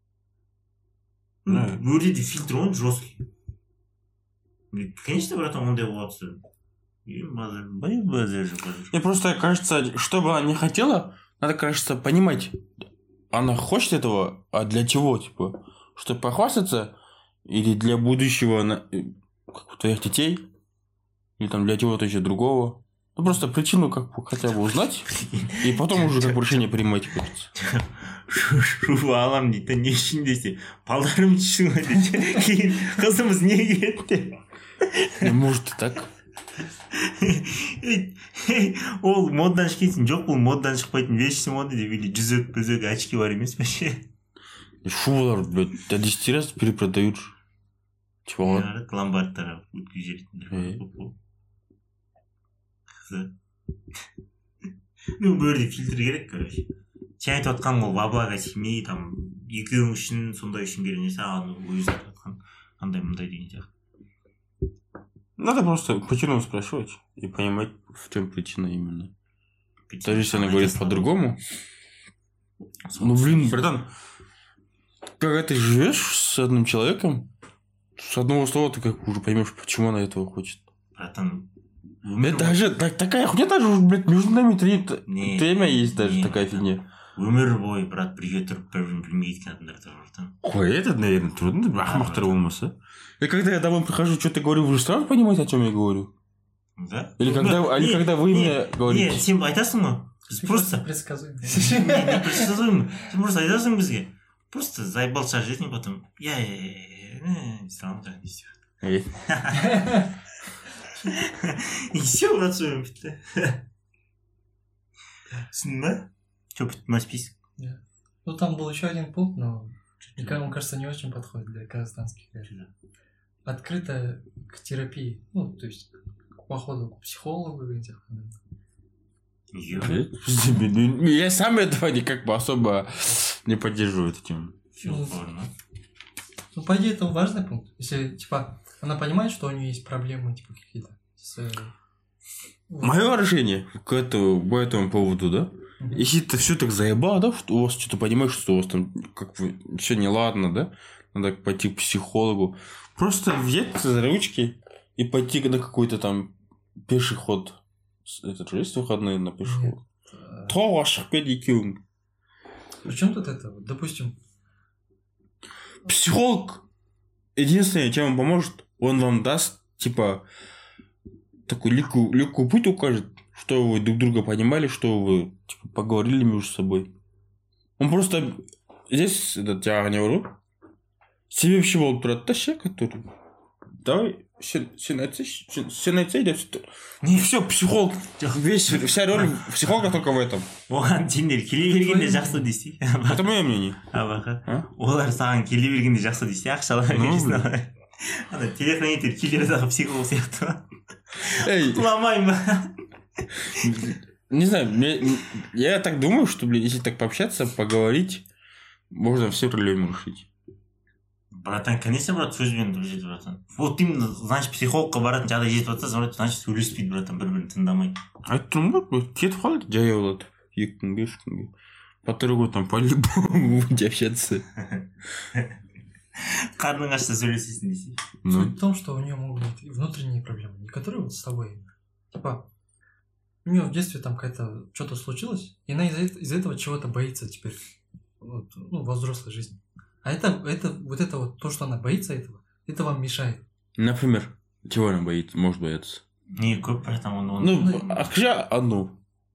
B: Ну,
C: Да.
B: бұл жерде фильтр он жесткий. И, конечно, братан, ондай болады. И базар, бай базар же базар.
C: мне просто кажется, что бы она не хотела, надо, кажется, понимать, она хочет этого, а для чего, типа, чтобы похвастаться или для будущего на- э, как у твоих детей, или там для чего-то еще другого. Ну, просто причину как бы хотя бы узнать, и потом уже как бы решение принимать, кажется.
B: Шу алам дейді, не үшін десе, балдарым үшін дейді, кейін қызымыз не кетті.
C: Может и так.
B: Ол моддан шықпайтын, жоқ бұл моддан шықпайтын вещи моды деп, или жүзік, бүзік, очки бар емес пе ше?
C: Шубалар, блядь, до десяти раз перепродают. Чего?
B: Ломбардтарға өткізіп жіберетін. Қызы. Ну, бұл жерде фильтр керек, короче. Сен айтып отқан ол во благо семьи, там, екеуің үшін, сондай үшін керек не, саған өзі айтып отқан, андай мындай деген сияқты.
C: Надо просто причину спрашивать и понимать, в чем причина именно. Даже если она говорит по-другому. Ну, блин, братан, когда ты живешь с одним человеком, с одного слова ты как уже поймешь, почему она этого хочет.
B: Братан,
C: это даже так, такая хуйня, даже, блядь, между нами три, тремя есть даже не, такая фигня.
B: Өмір бойы, брат, бірге тұрып бір-бірін білмейтін адамдар да братан.
C: Ой, это, наверное, трудно, ахмақтар болмаса. И когда я домой прихожу, что-то говорю, вы же сразу понимаете, о чем я говорю?
B: Да?
C: Или когда, ну, или не, когда вы не, мне говорите?
B: Нет, сен айтасың ғой. Просто
D: предсказуемо.
B: Предсказуемо. Сен просто айтасың бізге. Просто заебал шар жизни, потом я салам так не
C: Эй.
B: И все, брат, своем бітті. Түсіндің ба? Че, мой список?
D: Ну, там был еще один пункт, но мне кажется, не очень подходит для казахстанских реалий. Открыто к терапии, ну, то есть к походу к психологу или тех.
C: Я сам этого никак бы особо не поддерживаю эту тему.
D: Ну, ну, по идее, это важный пункт. Если, типа, она понимает, что у нее есть проблемы, типа, какие-то с...
C: Мое решение к этому, по этому поводу, да? Mm-hmm. Если ты все так заебало, да, что у вас что-то понимаешь, что у вас там как бы все неладно, да? Надо пойти к психологу. Просто взять за ручки и пойти на какой-то там пеший ход. Это же есть выходные на пеший ход? То ваших педикюм.
D: Причем тут это? Допустим...
C: Психолог единственное, чем он поможет, он вам даст, типа, такой легкую, легкую путь укажет, что вы друг друга понимали, что вы типа, поговорили между собой. Он просто здесь, этот я не вру, себепші болып тұрады да ше, который давай сен айтса или не все, психолог, весь, вся роль психолога только в этом.
B: Оған сендер келе бергенде жақсы дейсің.
C: Это мое мнение.
B: Абақа, олар саған келе бергенде жақсы дейсің, ақшалар бересің. Ана телефон етер келердағы психолог сияқты. Құтыламайым ба?
C: Не знаю, я так думаю, что, блин, если так пообщаться, поговорить, можно все проблемы решить.
B: Братан, конечно, брат, сөзбен жетіп братан. Вот именно, значит, психологқа баратын жағдай жетіп жатса, значит, сөйлеспейді, братан, бір-бірін тыңдамайды.
C: Айтып тұрмын ғой, кетіп қалады, жаяу болады. Екі күнге, үш күнге. По трое там по-любому будете общаться.
B: Қарның ашса сөйлесесің дейсің.
D: Суть в том, что у нее могут быть и внутренние проблемы, не которые вот с тобой. Типа, у нее в детстве там какая-то что-то случилось, и она из-за из этого чего-то боится теперь, вот, ну, во взрослой жизни. А это, это, вот это вот, то, что она боится этого, это вам мешает.
C: Например, чего она боится, может бояться?
B: Не, көп, братан, он...
C: Ну, ну, а скажи одну.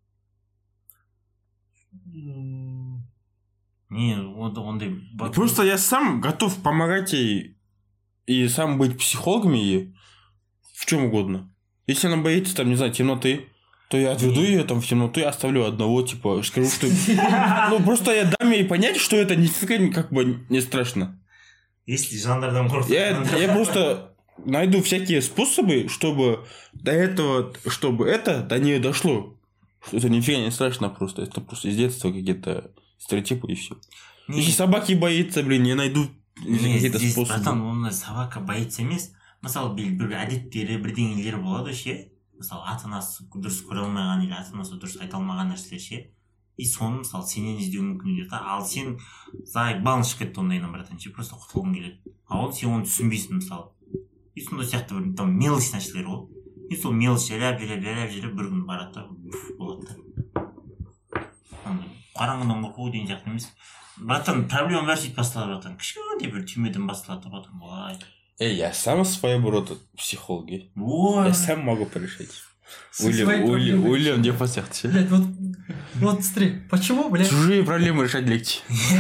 B: Не, он, он...
C: Просто я сам готов помогать ей и сам быть психологом ей в чем угодно. Если она боится, там, не знаю, темноты, то я отведу не. ее там в темноту и оставлю одного, типа, скажу, что... Ну, просто я дам ей понять, что это не как бы не страшно.
B: Если жандардан коротко...
C: Я просто найду всякие способы, чтобы до этого, чтобы это до нее дошло. Что это нифига не страшно просто. Это просто из детства какие-то стереотипы и все. Не. Если собаки боится, блин, я найду какие-то способы.
B: Братан, он собака боится емес. Мысалы, бір әдеттері, бірдеңелері болады ше. Мысалы, ата-анасы дұрыс көре алмаған или ата-анасы дұрыс айта алмаған нәрселер ше. И соны, мысалы, сенен іздеу мүмкін еді. Ал сен заебалың шығып кетті ондайынан, братан ше, просто құтылғың келеді. А ол сен оны түсінбейсің, мысалы. И сондай сияқты бір там мелочь нәрселер ғой. И сол мелочь жайлап, жайлап, жайлап, жайлап бір күн барады да, болады да. Қараңғыдан қорқу деген сияқты емес. Братан, проблема бәрі сөйтіп басталады, братан. Кішкентай бір түймеден басталады, потом былай.
C: Эй, я сам своего рода психолог.
B: Ой.
C: Я сам могу порешать.
D: Свои
C: Уильям,
D: проблемы.
C: Уильям, Уильям, не посягте.
D: Блядь, вот, вот смотри, почему, блядь?
C: Чужие проблемы решать легче.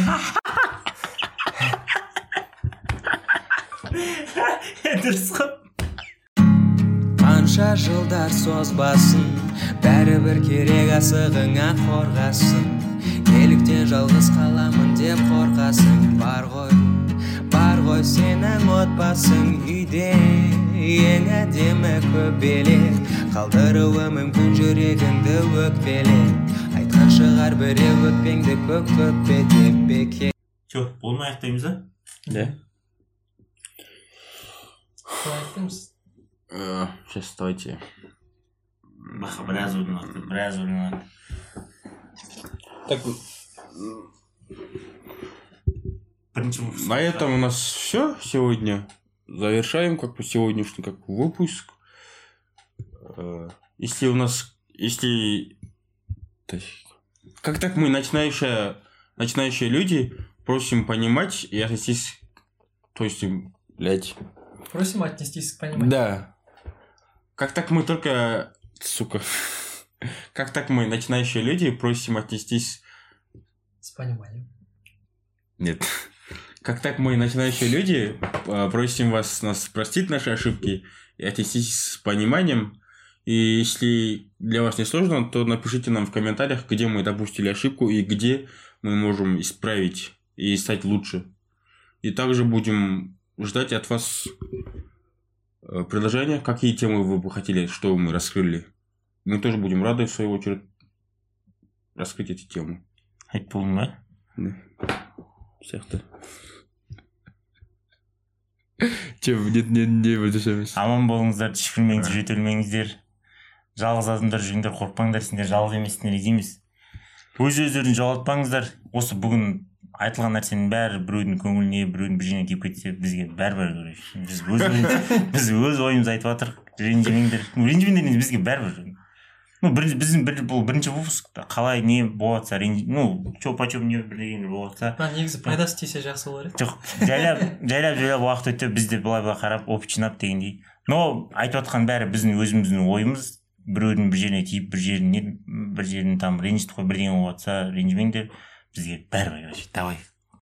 B: дұрыс қой.
A: Қанша жылдар созбасын, бәрібір керек асығыңа қорғасын. Неліктен жалғыз қаламын деп қорқасың. Бар ғой, бар ғой сенің отбасың үйде. Ең әдемі көбелек, қалдыруы мүмкін жүрегіңді өкпеле. Айтқан шығар біреу өкпеңді көк көкпе деп беке.
B: Чё, болмай аяқтаймыз ба?
C: Да?
D: Қалай айтамыз?
C: Э, Сейчас, стойте.
B: Баха, біраз ойнады, біраз ойнады.
C: Так,
B: Бірінші выпуск.
C: на этом у нас все сегодня. Завершаем как бы сегодняшний как бы выпуск. Э, Если у нас, если, то есть, как так мы начинающие, начинающие люди, просим понимать и относиться, то есть, блядь.
D: Просим отнестись к пониманию.
C: Да. Как так мы только, сука, как так мы начинающие люди просим отнестись.
D: С пониманием.
C: Нет. Как так мы, начинающие люди, э, просим вас нас простить наши ошибки и отнестись с пониманием. И если для вас не сложно, то напишите нам в комментариях, где мы допустили ошибку и где мы можем исправить и стать лучше. И также будем ждать от вас э, предложения, какие темы вы бы хотели, чтобы мы раскрыли. Мы тоже будем рады, в свою очередь, раскрыть эти темы.
B: Айтып болдың ба?
C: Да. Сияқты. Че, не, не, не білдірсеміз.
B: Аман болыңыздар, түшкірмеңіздер, жөтелмеңіздер. Жалғыз адымдар жүргендер, қорықпаңдар, сендер жалғыз емессіңдер дейміз. Өз өздерін жоғалтпаңыздар. Осы бүгін айтылған нәрсенің бәрі біреудің көңіліне, біреудің бір жеріне келіп кетсе, бізге бәрібір көрейік. Біз өз ойымыз, біз өз ойымызды айтып жатырық. Ренжімеңдер. Ну, ренжімеңдер емес, бізге бәрібір. Ну, бір, біздің бір, бұл бірінші выпускта қалай не болатса, ренжі, ну, чоп-почоп не бірдеңелер болатса.
D: Бірақ негізі пайдасы тисе жақсы болар еді.
B: Жоқ, жайлап, жайлап, жайлап уақыт өтті, біз де былай-былай қарап, опыт жинап дегендей. Но айтып жатқан бәрі біздің өзіміздің ойымыз. Біреудің бір жеріне тиіп, бір жеріне, бір жерін там ренжітіп қой, бірдеңе болатса, ренжімеңдер. Бізге бәрібір, давай.